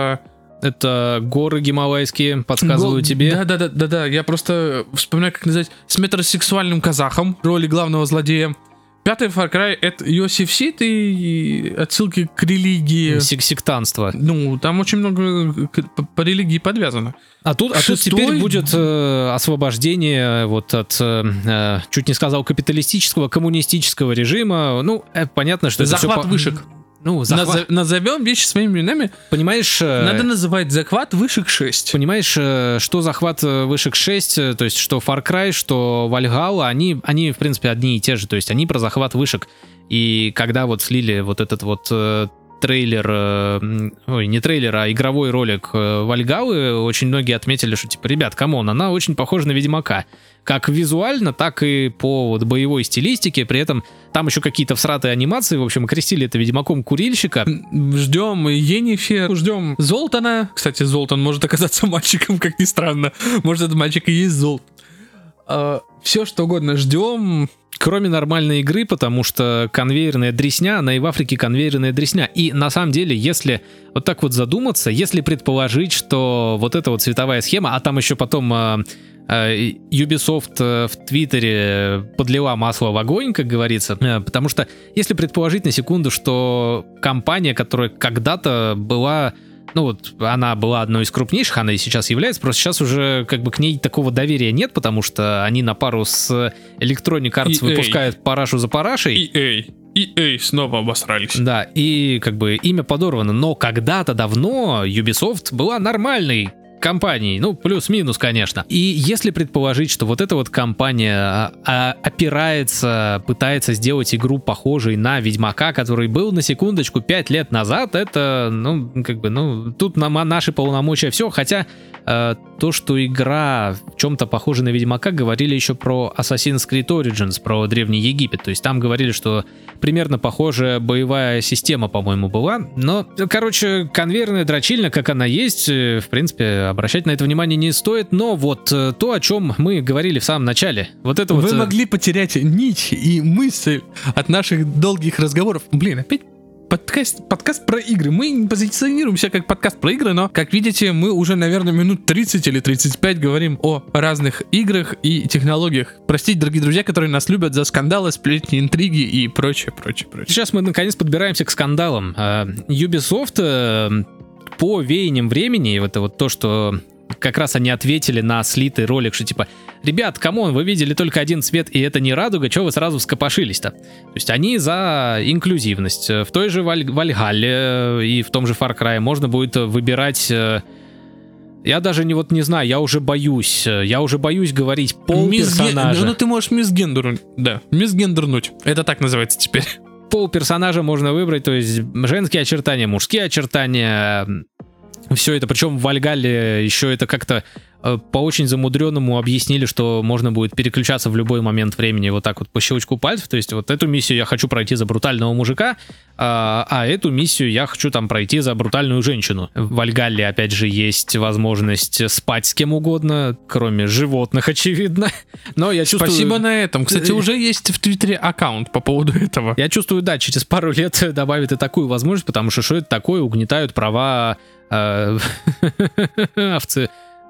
это горы гималайские, подсказываю тебе. Да. Я просто вспоминаю, как назвать, с метросексуальным казахом, роли главного злодея. 5-й Far Cry это Иосиф Сид и отсылки к религии. Сектантство. Ну, там очень много по религии подвязано. А тут теперь будет освобождение вот от, чуть не сказал, капиталистического, коммунистического режима. Ну, понятно, что захват это все... вышек. Ну, назовем вещи своими именами. Понимаешь... Надо называть захват вышек 6. Понимаешь, что захват вышек 6, то есть что Far Cry, что Valhalla, они в принципе одни и те же, то есть они про захват вышек. И когда вот слили вот этот вот трейлер, не трейлер, а игровой ролик Valhalla, очень многие отметили, что типа, ребят, камон, она очень похожа на Ведьмака. Как визуально, так и по вот боевой стилистике. При этом там еще какие-то всратые анимации. В общем, крестили это Ведьмаком курильщика. Ждем Йеннифер, ждем Золтана. Кстати, Золтан может оказаться мальчиком, как ни странно. Может, этот мальчик и есть Золтан. Все что угодно ждем. Кроме нормальной игры, потому что конвейерная дресня, она и в Африке конвейерная дресня. И на самом деле, если вот так вот задуматься, если предположить, что вот эта вот цветовая схема, а там еще потом... Ubisoft в Твиттере подлила масло в огонь, как говорится, потому что если предположить на секунду, что компания, которая когда-то была, ну вот она была одной из крупнейших, она и сейчас является, просто сейчас уже как бы к ней такого доверия нет, потому что они на пару с Electronic Arts выпускают парашу за парашей. EA снова обосрались. Да, и как бы имя подорвано, но когда-то давно Ubisoft была нормальной компаний, ну, плюс-минус, конечно. И если предположить, что вот эта вот компания пытается сделать игру похожей на Ведьмака, который был, на секундочку, 5 лет назад, это, ну, как бы, ну, тут наши полномочия все, хотя то, что игра в чем-то похожа на Ведьмака, говорили еще про Assassin's Creed Origins, про Древний Египет, то есть там говорили, что примерно похожая боевая система, по-моему, была, но, короче, конвейерная дрочильня, как она есть, в принципе, обращать на это внимание не стоит, но вот то, о чем мы говорили в самом начале, вот это Вы вот... могли потерять нить и мысль от наших долгих разговоров. Блин, опять подкаст про игры. Мы не позиционируем себя как подкаст про игры, но, как видите, мы уже, наверное, минут 30 или 35 говорим о разных играх и технологиях. Простите, дорогие друзья, которые нас любят за скандалы, сплетни, интриги и прочее. Сейчас мы, наконец, подбираемся к скандалам. Ubisoft по веяниям времени, это вот то, что как раз они ответили на слитый ролик, что типа, ребят, камон, вы видели только один цвет, и это не радуга, чего вы сразу вскопошились-то? То есть они за инклюзивность. В той же Valhalla и в том же Far Cry можно будет выбирать... Я даже не знаю, я уже боюсь говорить пол персонажа. Ну ты можешь мисгендернуть, да, мисгендернуть. Это так называется теперь. Пол персонажа можно выбрать, то есть женские очертания, мужские очертания... Все это, причем в Valhalla еще это как-то по очень замудренному объяснили, что можно будет переключаться в любой момент времени вот так вот по щелчку пальцев. То есть вот эту миссию я хочу пройти за брутального мужика, а эту миссию я хочу там пройти за брутальную женщину. В Valhalla, опять же, есть возможность спать с кем угодно, кроме животных, очевидно. Но я чувствую... Спасибо на этом. Кстати, уже есть в Твиттере аккаунт по поводу этого. Я чувствую, да, через пару лет добавят и такую возможность, потому что это такое, угнетают права овцы.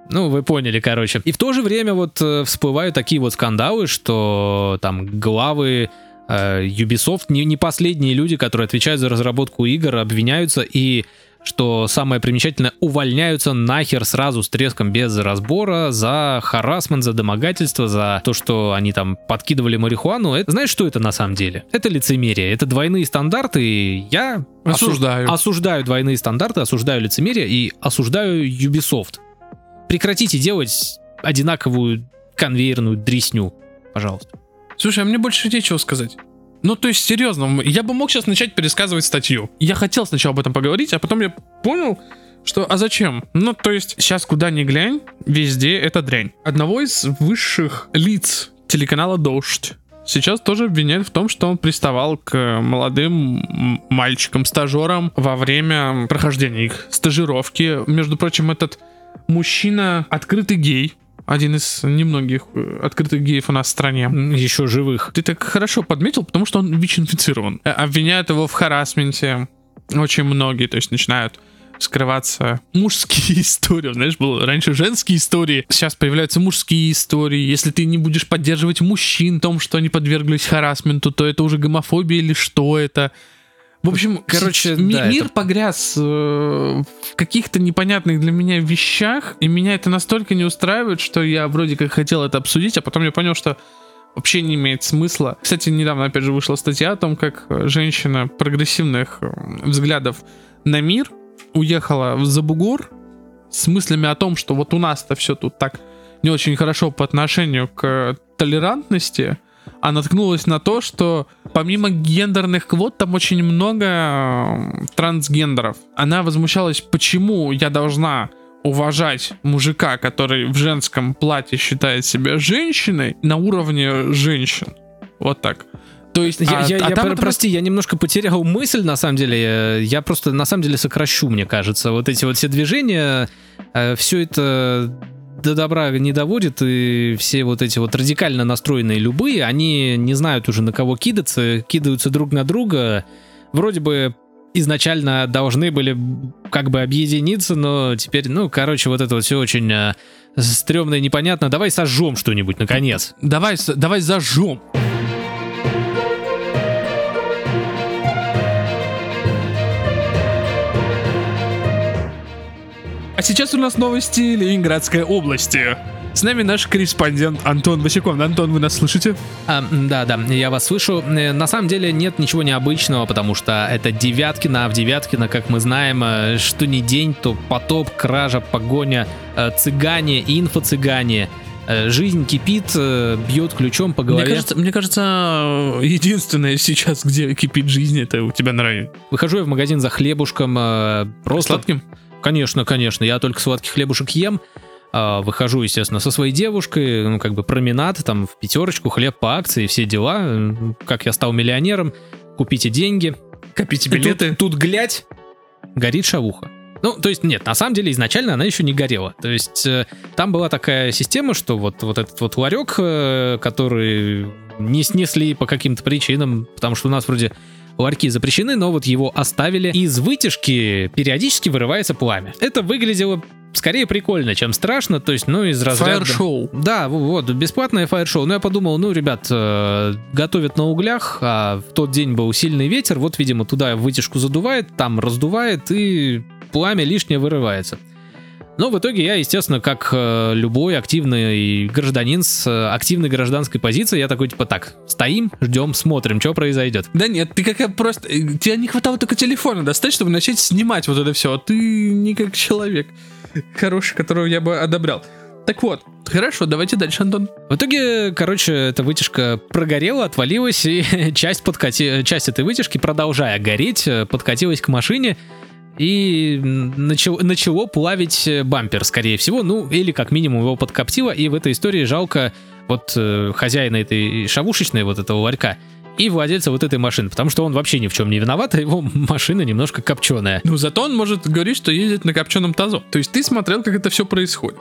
Ну, вы поняли, короче. И в то же время вот всплывают такие вот скандалы, что там главы Ubisoft, не последние люди, которые отвечают за разработку игр, обвиняются и, что самое примечательное, увольняются нахер сразу с треском без разбора за харассмент, за домогательство, за то, что они там подкидывали марихуану. Знаешь, что это на самом деле? Это лицемерие, это двойные стандарты, и я осуждаю двойные стандарты, осуждаю лицемерие и осуждаю Ubisoft. Прекратите делать одинаковую конвейерную дресню, пожалуйста. Слушай, а мне больше нечего сказать. Ну, то есть, серьезно, я бы мог сейчас начать пересказывать статью. Я хотел сначала об этом поговорить, а потом я понял, что, а зачем? Ну, то есть, сейчас куда ни глянь, везде это дрянь. Одного из высших лиц телеканала «Дождь» сейчас тоже обвиняют в том, что он приставал к молодым мальчикам-стажерам во время прохождения их стажировки. Между прочим, этот мужчина открытый гей. Один из немногих открытых геев у нас в стране. Еще живых. Ты так хорошо подметил, потому что он ВИЧ-инфицирован. Обвиняют его в харассменте. Очень многие, то есть начинают скрываться мужские истории. Знаешь, было раньше женские истории, сейчас появляются мужские истории. Если ты не будешь поддерживать мужчин в том, что они подверглись харассменту, то это уже гомофобия или что это? В общем, короче, мир погряз в каких-то непонятных для меня вещах, и меня это настолько не устраивает, что я вроде как хотел это обсудить, а потом я понял, что вообще не имеет смысла. Кстати, недавно опять же вышла статья о том, как женщина прогрессивных взглядов на мир уехала за бугор с мыслями о том, что вот у нас-то все тут так не очень хорошо по отношению к толерантности, а наткнулась на то, что помимо гендерных квот там очень много трансгендеров. Она возмущалась, почему я должна уважать мужика, который в женском платье считает себя женщиной, на уровне женщин. Вот так. То есть, прости, я немножко потерял мысль, на самом деле. Я просто, на самом деле, сокращу, мне кажется. Вот эти вот все движения, все это до добра не доводит, и все вот эти вот радикально настроенные любые, они не знают уже на кого кидаться, кидаются друг на друга. Вроде бы изначально должны были как бы объединиться, но теперь, вот это вот все очень стрёмно и непонятно. Давай сожжем что-нибудь, наконец. Давай зажжем. А сейчас у нас новости Ленинградской области. С нами наш корреспондент Антон Босяков. Антон, вы нас слышите? Да, я вас слышу. На самом деле нет ничего необычного, потому что это Девяткино, а в Девяткино, как мы знаем, что ни день, то потоп, кража, погоня, цыгане, инфо-цыгане. Жизнь кипит, бьет ключом по голове. Мне кажется, единственное сейчас, где кипит жизнь, это у тебя на районе. Выхожу я в магазин за хлебушком. Просто... Сладким? Конечно, я только сладкий хлебушек ем. Выхожу, естественно, со своей девушкой, променад, там, в пятерочку, хлеб по акции, все дела. Как я стал миллионером, купите деньги. Копите билеты. Тут глядь, горит шавуха. То есть, нет, на самом деле, изначально она еще не горела. То есть, там была такая система, что вот этот вот ларек, который не снесли по каким-то причинам, потому что у нас вроде ларьки запрещены, но вот его оставили. Из вытяжки периодически вырывается пламя. Это выглядело скорее прикольно, чем страшно, то есть, из разряда... Фаер-шоу. Да, вот, бесплатное фаер-шоу. Но я подумал, ребят, готовят на углях, а в тот день был сильный ветер, вот, видимо, туда вытяжку задувает, там раздувает, и пламя лишнее вырывается. Но в итоге я, естественно, как любой активный гражданин с активной гражданской позицией, я такой, стоим, ждем, смотрим, что произойдет. Да нет, ты как просто... Тебе не хватало только телефона достать, чтобы начать снимать вот это все, а ты не как человек хороший, которого я бы одобрял. Так вот, хорошо, давайте дальше, Антон. В итоге, эта вытяжка прогорела, отвалилась, и часть этой вытяжки, продолжая гореть, подкатилась к машине, и начало плавить бампер, скорее всего, или как минимум его подкоптило, и в этой истории жалко хозяина этой шавушечной, вот этого ларька, и владельца вот этой машины, потому что он вообще ни в чем не виноват, а его машина немножко копченая. Зато он может говорить, что ездит на копченом тазу. То есть ты смотрел, как это все происходит?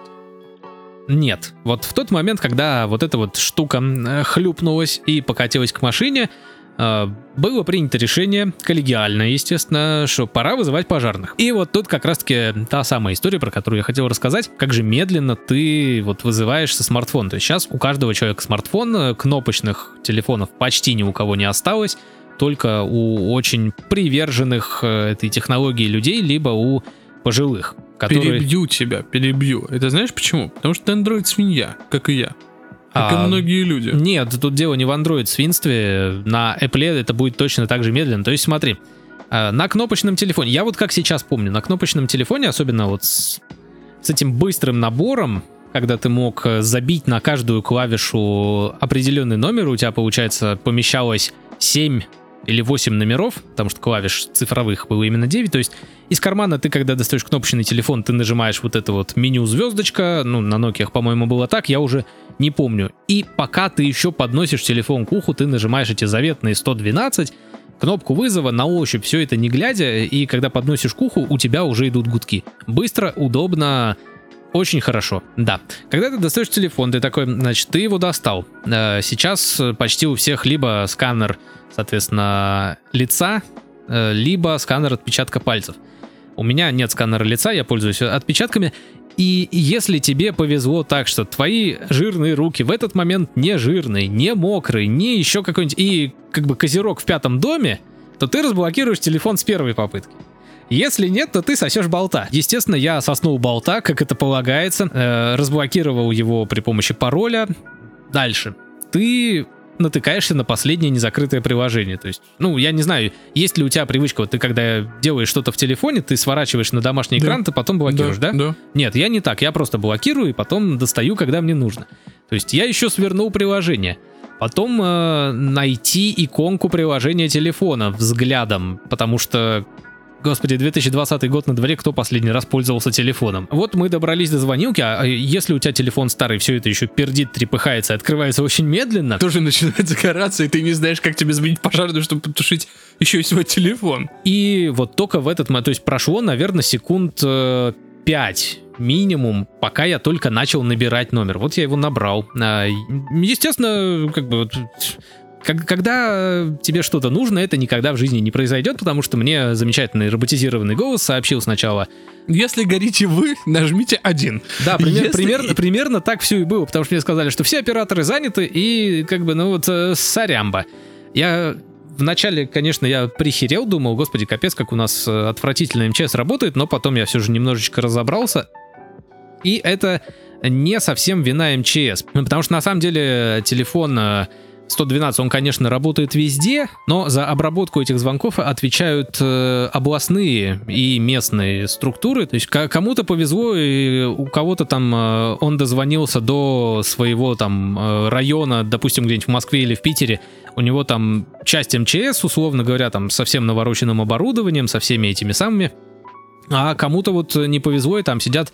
Нет. Вот в тот момент, когда вот эта вот штука хлюпнулась и покатилась к машине, было принято решение, коллегиальное, естественно, что пора вызывать пожарных. И вот тут как раз-таки та самая история, про которую я хотел рассказать, как же медленно ты вот вызываешь со смартфона. То есть сейчас у каждого человека смартфон, кнопочных телефонов почти ни у кого не осталось, только у очень приверженных этой технологии людей, либо у пожилых, которые... Перебью. Это знаешь почему? Потому что ты Android-свинья, как и я. Как и многие люди. Нет, тут дело не в Android-свинстве. На Apple это будет точно так же медленно. То есть смотри, на кнопочном телефоне, я вот как сейчас помню, на кнопочном телефоне, особенно вот с этим быстрым набором, когда ты мог забить на каждую клавишу определенный номер, у тебя, получается, помещалось 7 или 8 номеров, потому что клавиш цифровых было именно 9, то есть из кармана ты, когда достаешь кнопочный телефон, ты нажимаешь вот это вот меню звездочка, ну, на Nokia, по-моему, было так, я уже не помню. И пока ты еще подносишь телефон к уху, ты нажимаешь эти заветные 112, кнопку вызова, на ощупь, все это не глядя, и когда подносишь к уху, у тебя уже идут гудки. Быстро, удобно, очень хорошо, да. Когда ты достаешь телефон, ты такой, значит, ты его достал. Сейчас почти у всех либо сканер, соответственно, лица, либо сканер отпечатка пальцев. У меня нет сканера лица, я пользуюсь отпечатками. И если тебе повезло так, что твои жирные руки в этот момент не жирные, не мокрые, не еще какой-нибудь, и как бы козерог в 5-м доме, то ты разблокируешь телефон с первой попытки. Если нет, то ты сосешь болта. Естественно, я соснул болта, как это полагается, разблокировал его при помощи пароля. Дальше. Ты натыкаешься на последнее незакрытое приложение. То есть, ну, я не знаю, есть ли у тебя привычка, вот ты когда делаешь что-то в телефоне, ты сворачиваешь на домашний экран, ты потом блокируешь, да? Да. Нет, я не так, я просто блокирую и потом достаю, когда мне нужно. То есть я еще свернул приложение. Потом найти иконку приложения телефона взглядом, потому что... Господи, 2020 год на дворе, кто последний раз пользовался телефоном? Вот мы добрались до звонилки, а если у тебя телефон старый, все это еще пердит, трепыхается, открывается очень медленно. Тоже начинает загораться, и ты не знаешь, как тебе сбить пожарную, чтобы потушить еще и свой телефон. И вот только в этот момент, то есть прошло, наверное, секунд 5 минимум, пока я только начал набирать номер. Вот я его набрал. Естественно, как бы... Когда тебе что-то нужно, это никогда в жизни не произойдет, потому что мне замечательный роботизированный голос сообщил сначала: если горите вы, нажмите 1. Да, примерно так все и было, потому что мне сказали, что все операторы заняты, и как бы, ну вот, сорямба. Я вначале, конечно, я прихерел, думал, господи, капец, как у нас отвратительно МЧС работает, но потом я все же немножечко разобрался, и это не совсем вина МЧС, потому что на самом деле телефон... 112, он, конечно, работает везде, но за обработку этих звонков отвечают областные и местные структуры. То есть кому-то повезло, и у кого-то там он дозвонился до своего там района, допустим, где-нибудь в Москве или в Питере. У него там часть МЧС, условно говоря, там со всем навороченным оборудованием, со всеми этими самыми. А кому-то вот не повезло, и там сидят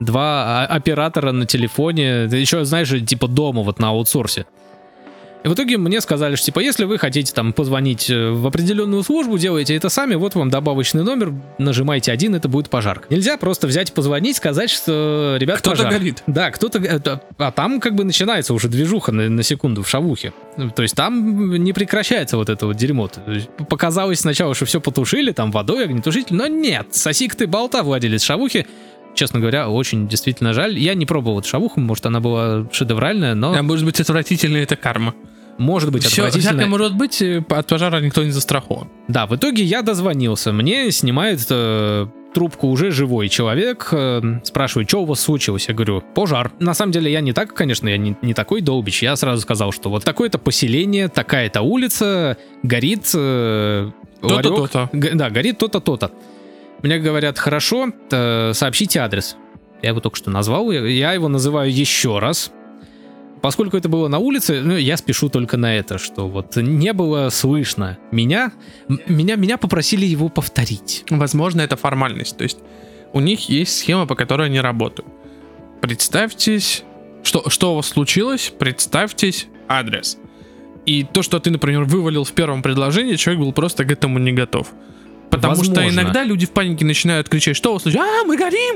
2 оператора на телефоне, еще, знаешь, типа дома вот на аутсорсе. И в итоге мне сказали, что типа, если вы хотите там позвонить в определенную службу, делайте это сами, вот вам добавочный номер, нажимайте 1, это будет пожарка. Нельзя просто взять, позвонить, сказать, что, ребят, кто-то пожар. горит. Да, кто-то... А там как бы начинается уже движуха на секунду в шавухе. То есть там не прекращается вот это вот дерьмо. Показалось сначала, что все потушили, там водой, огнетушитель, но нет, соси-ка ты болта, владелец шавухи. Честно говоря, очень действительно жаль. Я не пробовал эту шавуху, может, она была шедевральная, но... А может быть, отвратительная это карма. Может быть, отвратительно. Всякое может быть, от пожара никто не застрахован. Да, в итоге я дозвонился. Мне снимает трубку уже живой человек. Спрашивает, что у вас случилось? Я говорю, пожар. На самом деле я не так, конечно, я не такой долбич. Я сразу сказал, что вот такое-то поселение, такая-то улица, горит то-то, ларек. то-то. Да, горит то-то, то-то. Мне говорят, хорошо, сообщите адрес. Я его только что назвал, я его называю еще раз. Поскольку это было на улице, я спешу только на это, что вот не было слышно меня попросили его повторить. Возможно, это формальность. То есть у них есть схема, по которой они работают. Представьтесь, что у вас случилось, представьтесь адрес. И то, что ты, например, вывалил в первом предложении, человек был просто к этому не готов. Потому Возможно. что иногда люди в панике начинают кричать, что случилось? Мы горим!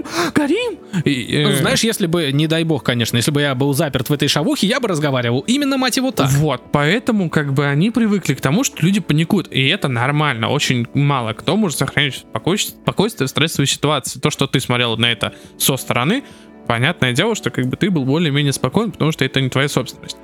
Ну, знаешь, если бы, не дай бог, конечно, если бы я был заперт в этой шавухе, я бы разговаривал именно, мать его, так. Вот, поэтому как бы они привыкли к тому, что люди паникуют, и это нормально. Очень мало кто может сохранить спокойствие в стрессовой ситуации. То, что ты смотрел на это со стороны, понятное дело, что как бы ты был более-менее спокоен, потому что это не твоя собственность.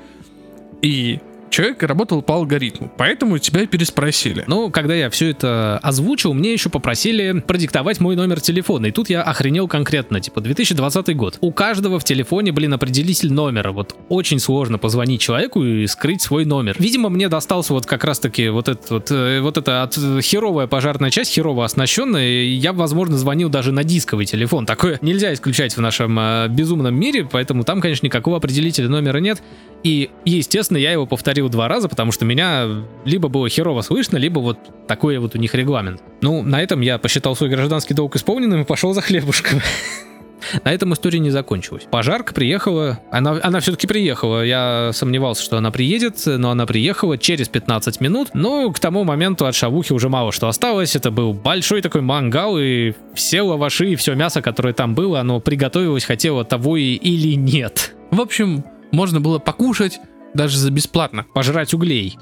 И человек работал по алгоритму, поэтому тебя и переспросили. Ну, когда я все это озвучил, мне еще попросили продиктовать мой номер телефона. И тут я охренел конкретно, типа 2020 год. У каждого в телефоне, определитель номера. Вот очень сложно позвонить человеку и скрыть свой номер. Видимо, мне достался вот как раз-таки вот эта херовая пожарная часть, херово оснащенная. И я, возможно, звонил даже на дисковый телефон. Такое нельзя исключать в нашем безумном мире, поэтому там, конечно, никакого определителя номера нет. И, естественно, я его повторил 2 раза, потому что меня либо было херово слышно, либо вот такой вот у них регламент. Ну, на этом я посчитал свой гражданский долг исполненным и пошел за хлебушком. На этом история не закончилась. Пожарка приехала, она все-таки приехала. Я сомневался, что она приедет, но она приехала через 15 минут. Но к тому моменту от шавухи уже мало что осталось. Это был большой такой мангал, и все лаваши и все мясо, которое там было, оно приготовилось, хотело того или нет. В общем, можно было покушать даже за бесплатно. Пожрать углей.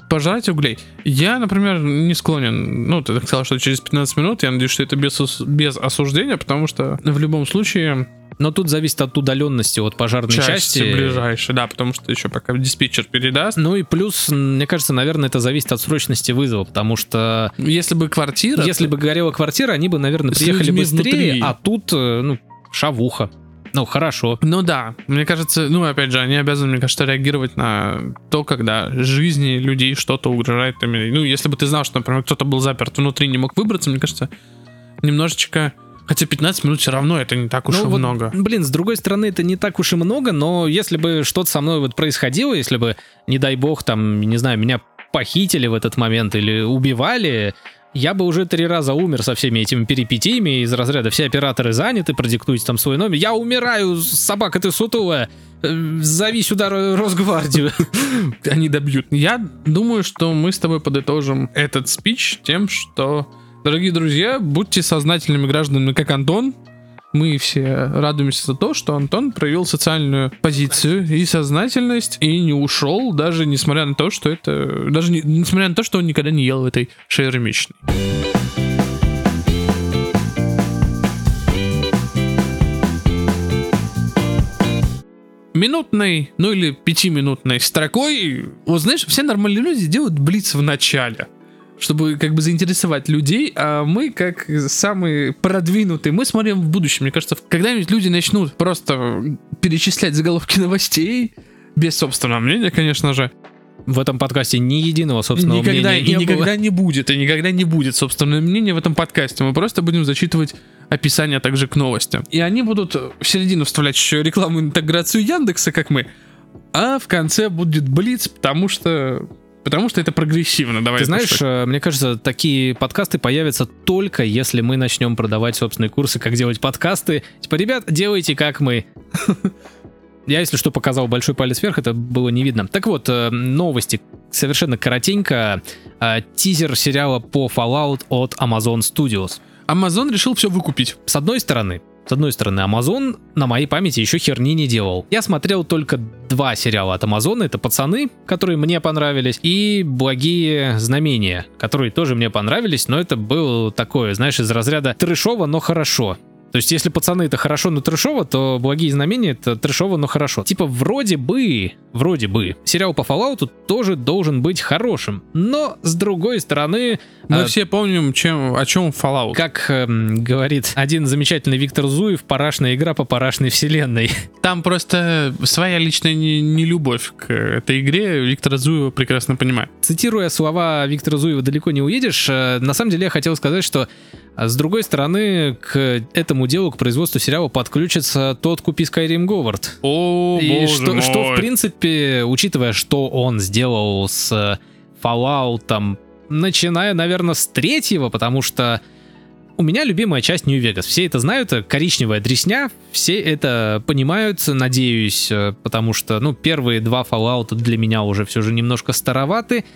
Я, например, не склонен, ты так сказал, что через 15 минут, я надеюсь, что это без осуждения, потому что в любом случае... Но тут зависит от удаленности от пожарной части. Ближайшей, да, потому что еще пока диспетчер передаст. Ну и плюс, мне кажется, наверное, это зависит от срочности вызова, потому что... Если бы горела квартира, они бы, наверное, приехали быстрее, а тут, шавуха. Ну, хорошо. Ну да, мне кажется, опять же, они обязаны, мне кажется, реагировать на то, когда жизни людей что-то угрожает. Если бы ты знал, что, например, кто-то был заперт внутри, не мог выбраться, мне кажется, немножечко... Хотя 15 минут все равно это не так уж и много. С другой стороны, это не так уж и много, но если бы что-то со мной происходило, если бы, не дай бог, не знаю, меня похитили в этот момент или убивали... Я бы уже 3 раза умер со всеми этими перипетиями из разряда все операторы заняты, продиктуйте там свой номер. Я умираю, собака ты сутулая, зови сюда Росгвардию. Они добьют. Я думаю, что мы с тобой подытожим этот спич тем, что, дорогие друзья, будьте сознательными гражданами, как Антон. Мы все радуемся за то, что Антон проявил социальную позицию и сознательность, и не ушел, даже несмотря на то, что несмотря на то, что он никогда не ел в этой шаурмичной. Минутной, или 5-минутной строкой, знаешь, все нормальные люди делают блиц в начале, чтобы заинтересовать людей, а мы, как самые продвинутые, мы смотрим в будущее. Мне кажется, когда-нибудь люди начнут просто перечислять заголовки новостей, без собственного мнения, конечно же. В этом подкасте ни единого собственного мнения не было. Никогда не будет собственного мнения в этом подкасте. Мы просто будем зачитывать описание также к новостям. И они будут в середину вставлять еще рекламную интеграцию Яндекса, как мы, а в конце будет блиц, потому что это прогрессивно. Давай. Ты знаешь, мне кажется, такие подкасты появятся только если мы начнем продавать собственные курсы, как делать подкасты. Ребят, делайте как мы. Я, если что, показал большой палец вверх, это было не видно. Так вот, новости. Совершенно коротенько. Тизер сериала по Fallout от Amazon Studios. Amazon решил все выкупить. С одной стороны, Amazon на моей памяти еще херни не делал. Я смотрел только 2 сериала от Amazon. Это «Пацаны», которые мне понравились, и «Благие знамения», которые тоже мне понравились, но это было такое, знаешь, из разряда трэшово, но хорошо. То есть, если «Пацаны» — это хорошо, но трэшово, то «Благие знамения» — это трэшово, но хорошо. Вроде бы, сериал по Fallout тоже должен быть хорошим. Но, с другой стороны... Мы все помним, о чем Fallout. Как говорит один замечательный Виктор Зуев, парашная игра по парашной вселенной. Там просто своя личная нелюбовь к этой игре Виктора Зуева прекрасно понимает. Цитируя слова Виктора Зуева «далеко не уедешь», на самом деле я хотел сказать, что с другой стороны, к этому делу, к производству сериала подключится тот «Купи Skyrim» Говард. И что, в принципе, учитывая, что он сделал с Fallout, начиная, наверное, с 3-го, потому что у меня любимая часть Нью-Вегас. Все это знают, коричневая дресня, все это понимают, надеюсь, потому что, первые 2 Fallout для меня уже все же немножко староваты.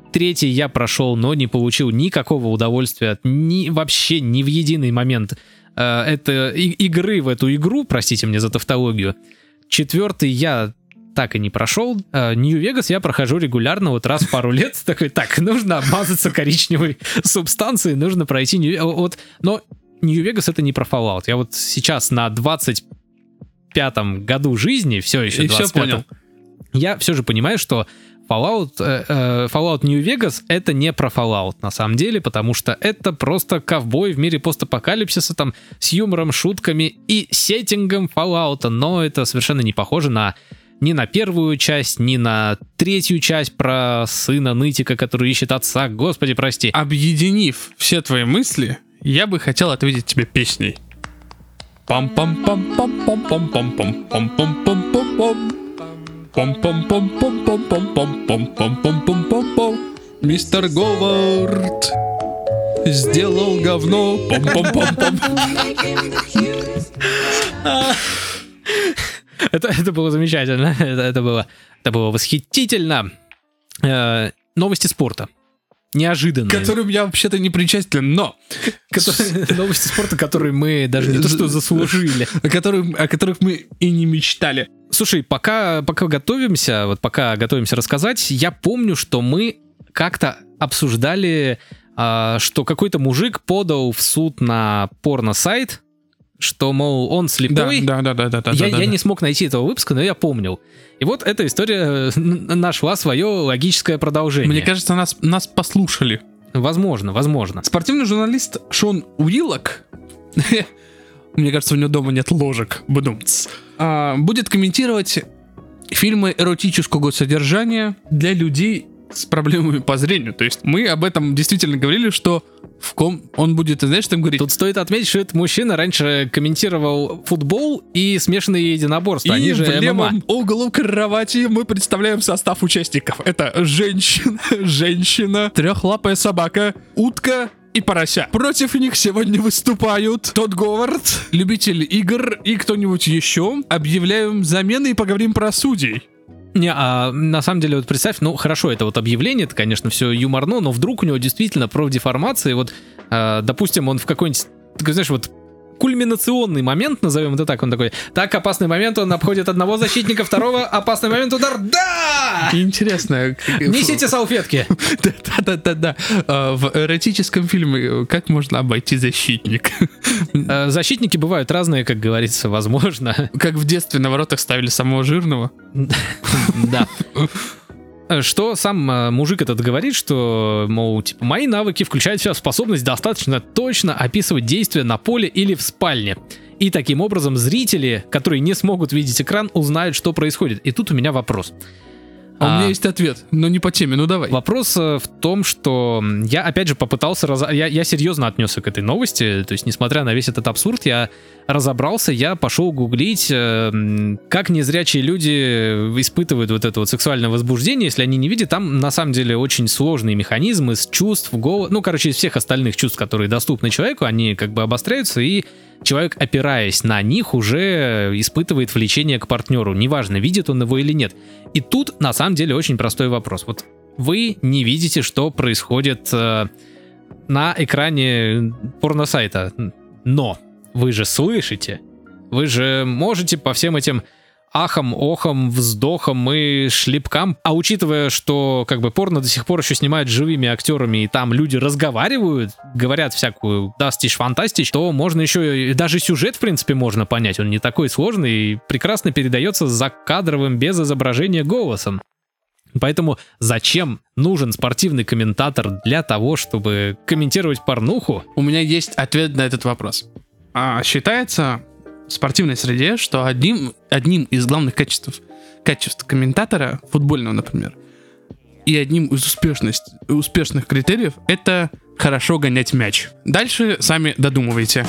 3 я прошел, но не получил никакого удовольствия вообще ни в единый момент игры в эту игру, простите мне за тавтологию. 4 я так и не прошел. Нью-Вегас я прохожу регулярно, вот раз в пару лет. Такой, нужно обмазаться коричневой субстанцией, нужно пройти Нью-Вегас. Но Нью-Вегас это не про Fallout. Я вот сейчас на 25-м году жизни, все еще 25-м, все понял. Я все же понимаю, что Fallout New Vegas это не про Fallout на самом деле, потому что это просто ковбой в мире постапокалипсиса там с юмором, шутками и сеттингом Fallout, но это совершенно не похоже ни на первую часть, ни на 3-ю часть про сына нытика, который ищет отца, господи, прости. Объединив все твои мысли, я бы хотел ответить тебе песней. Пам-пам-пам-пам-пам-пам-пам-пам-пам-пам-пам. Пом-пом-пом-пом-пом-пом-пом-пом-пом-пом. Мистер Говард сделал говно. Пом-пом-пом-пом. Это было замечательно. Это было восхитительно. Новости спорта. Неожиданно. К которым я вообще-то не причастен, но... Новости спорта, которые мы даже не то что заслужили. О которых мы и не мечтали. Слушай, пока готовимся рассказать, я помню, что мы как-то обсуждали, что какой-то мужик подал в суд на порно-сайт, что, мол, он слепой. Да. Я не смог найти этого выпуска, но я помнил. И вот эта история нашла свое логическое продолжение. Мне кажется, нас послушали. Возможно. Спортивный журналист Шон Уиллок, мне кажется, у него дома нет ложек, будет комментировать фильмы эротического содержания для людей с проблемами по зрению. То есть мы об этом действительно говорили, что он будет, знаешь, там говорить... Тут стоит отметить, что этот мужчина раньше комментировал футбол и смешанные единоборства. И в левом углу кровати мы представляем состав участников. Это женщина, трехлапая собака, утка и порося. Против них сегодня выступают Тодд Говард, любитель игр и кто-нибудь еще. Объявляем замены и поговорим про судей. На самом деле, вот представь, хорошо, это вот объявление, это, конечно, все юморно, но вдруг у него действительно профдеформация, вот, допустим, он в какой-нибудь, такой, знаешь, вот, кульминационный момент, назовем это так, он такой, так, опасный момент, он обходит одного защитника, второго, опасный момент, удар, да! Интересно. Несите салфетки. Да. В эротическом фильме как можно обойти защитник? Защитники бывают разные, как говорится, возможно. Как в детстве на воротах ставили самого жирного. Да. Что сам мужик этот говорит, что, мол, типа, мои навыки включают в себя способность достаточно точно описывать действия на поле или в спальне. И таким образом зрители, которые не смогут видеть экран, узнают, что происходит. И тут у меня вопрос. У меня есть ответ, но не по теме, давай. Вопрос в том, что я, опять же, попытался... Я серьезно отнесся к этой новости, то есть, несмотря на весь этот абсурд, я разобрался, я пошел гуглить, как незрячие люди испытывают вот это вот сексуальное возбуждение, если они не видят. Там, на самом деле, очень сложные механизмы из чувств, из всех остальных чувств, которые доступны человеку, они как бы обостряются, и человек, опираясь на них, уже испытывает влечение к партнеру. Неважно, видит он его или нет. И тут, на самом деле, очень простой вопрос. Вот вы не видите, что происходит на экране порносайта, но вы же слышите. Вы же можете по всем этим ахам, охам, вздохам и шлепкам. А учитывая, что как бы порно до сих пор еще снимают живыми актерами, и там люди разговаривают, говорят всякую дастиш-фантастич, то можно еще, даже сюжет, в принципе, можно понять. Он не такой сложный и прекрасно передается закадровым, без изображения голосом. Поэтому зачем нужен спортивный комментатор для того, чтобы комментировать порнуху? У меня есть ответ на этот вопрос. Считается в спортивной среде, что одним из главных качеств комментатора, футбольного, например, и одним из успешных критериев — это хорошо гонять мяч. Дальше сами додумывайте.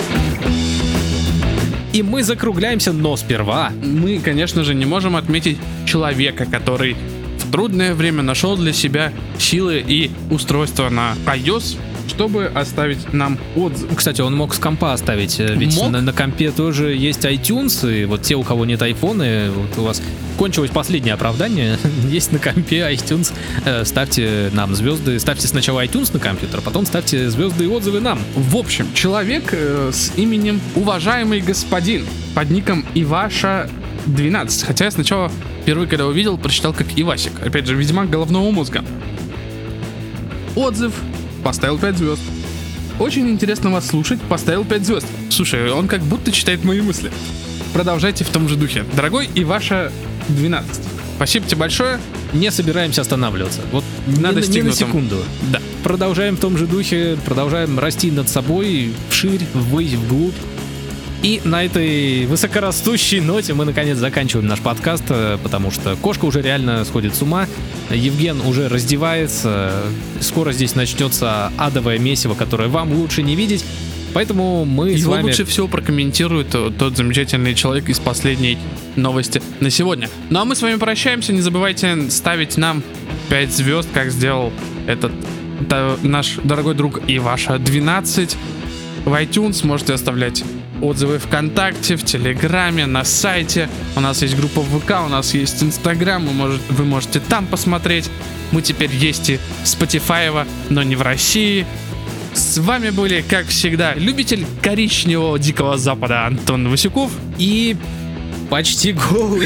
И мы закругляемся, но сперва... Мы, конечно же, не можем отметить человека, который в трудное время нашел для себя силы и устройство на iOS, чтобы оставить нам отзыв. Кстати, он мог с компа оставить, ведь на компе тоже есть iTunes, и вот те, у кого нет айфона, вот у вас кончилось последнее оправдание. Есть на компе iTunes. Ставьте нам звезды. Ставьте сначала iTunes на компьютер, потом ставьте звезды и отзывы нам. В общем, человек с именем уважаемый господин под ником Иваша12. Хотя я сначала впервые, когда увидел, прочитал как Ивасик. Опять же, видимо, головного мозга. Отзыв. Поставил 5 звезд. Очень интересно вас слушать. Поставил 5 звезд. Слушай, он как будто читает мои мысли. Продолжайте в том же духе. Дорогой Иваша12. Спасибо тебе большое. Не собираемся останавливаться. Вот На не на достигнутом. секунду. Да. Продолжаем в том же духе, продолжаем расти над собой, вширь, ввысь, вглубь. И на этой высокорастущей ноте мы наконец заканчиваем наш подкаст, потому что кошка уже реально сходит с ума, Евген уже раздевается, скоро здесь начнется адовое месиво, которое вам лучше не видеть, поэтому мы с Его вами... лучше всего прокомментирует тот замечательный человек из последней новости на сегодня. Ну а мы с вами прощаемся, не забывайте ставить нам 5 звезд, как сделал этот наш дорогой друг Иваша12. В iTunes можете оставлять отзывы ВКонтакте, в Телеграме, на сайте. У нас есть группа в ВК, у нас есть Инстаграм, вы можете там посмотреть. Мы теперь есть и в Spotify, но не в России. С вами были, как всегда, любитель коричневого Дикого Запада Антон Васюков И почти голый.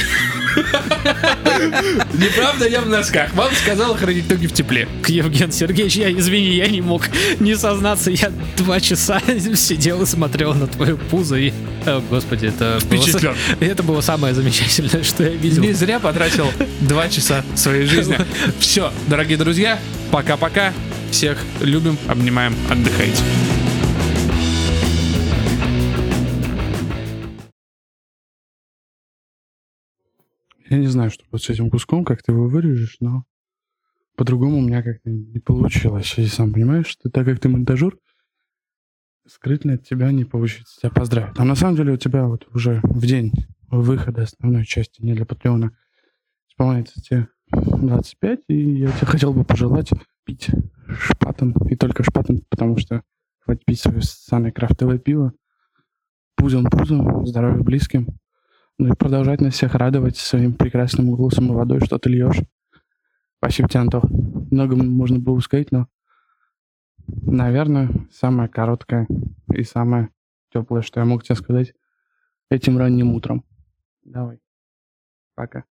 Неправда, я в носках. Вам сказал хранить ноги в тепле. Евген Сергеевич, извини, я не мог не сознаться. Я 2 часа сидел и смотрел на твое пузо и... О, господи, Впечатлен. Это было самое замечательное, что я видел. Не зря потратил 2 часа своей жизни. Все, дорогие друзья, пока-пока. Всех любим, обнимаем, отдыхайте. Я не знаю, что будет с этим куском, как ты его вырежешь, но по-другому у меня как-то не получилось. И сам понимаешь, что так как ты монтажер, скрытно от тебя не получится тебя поздравить. А на самом деле у тебя вот уже в день выхода основной части не для Патреона исполняется тебе 25, и я тебе хотел бы пожелать пить шпатен, и только шпатен, потому что хватит пить свое ссаное крафтовое пиво, пузом, здоровья близким. Ну и продолжать нас всех радовать своим прекрасным голосом и водой, что ты льешь. Спасибо тебе, Антох. Много можно было сказать, но, наверное, самое короткое и самое теплое, что я мог тебе сказать этим ранним утром. Давай. Пока.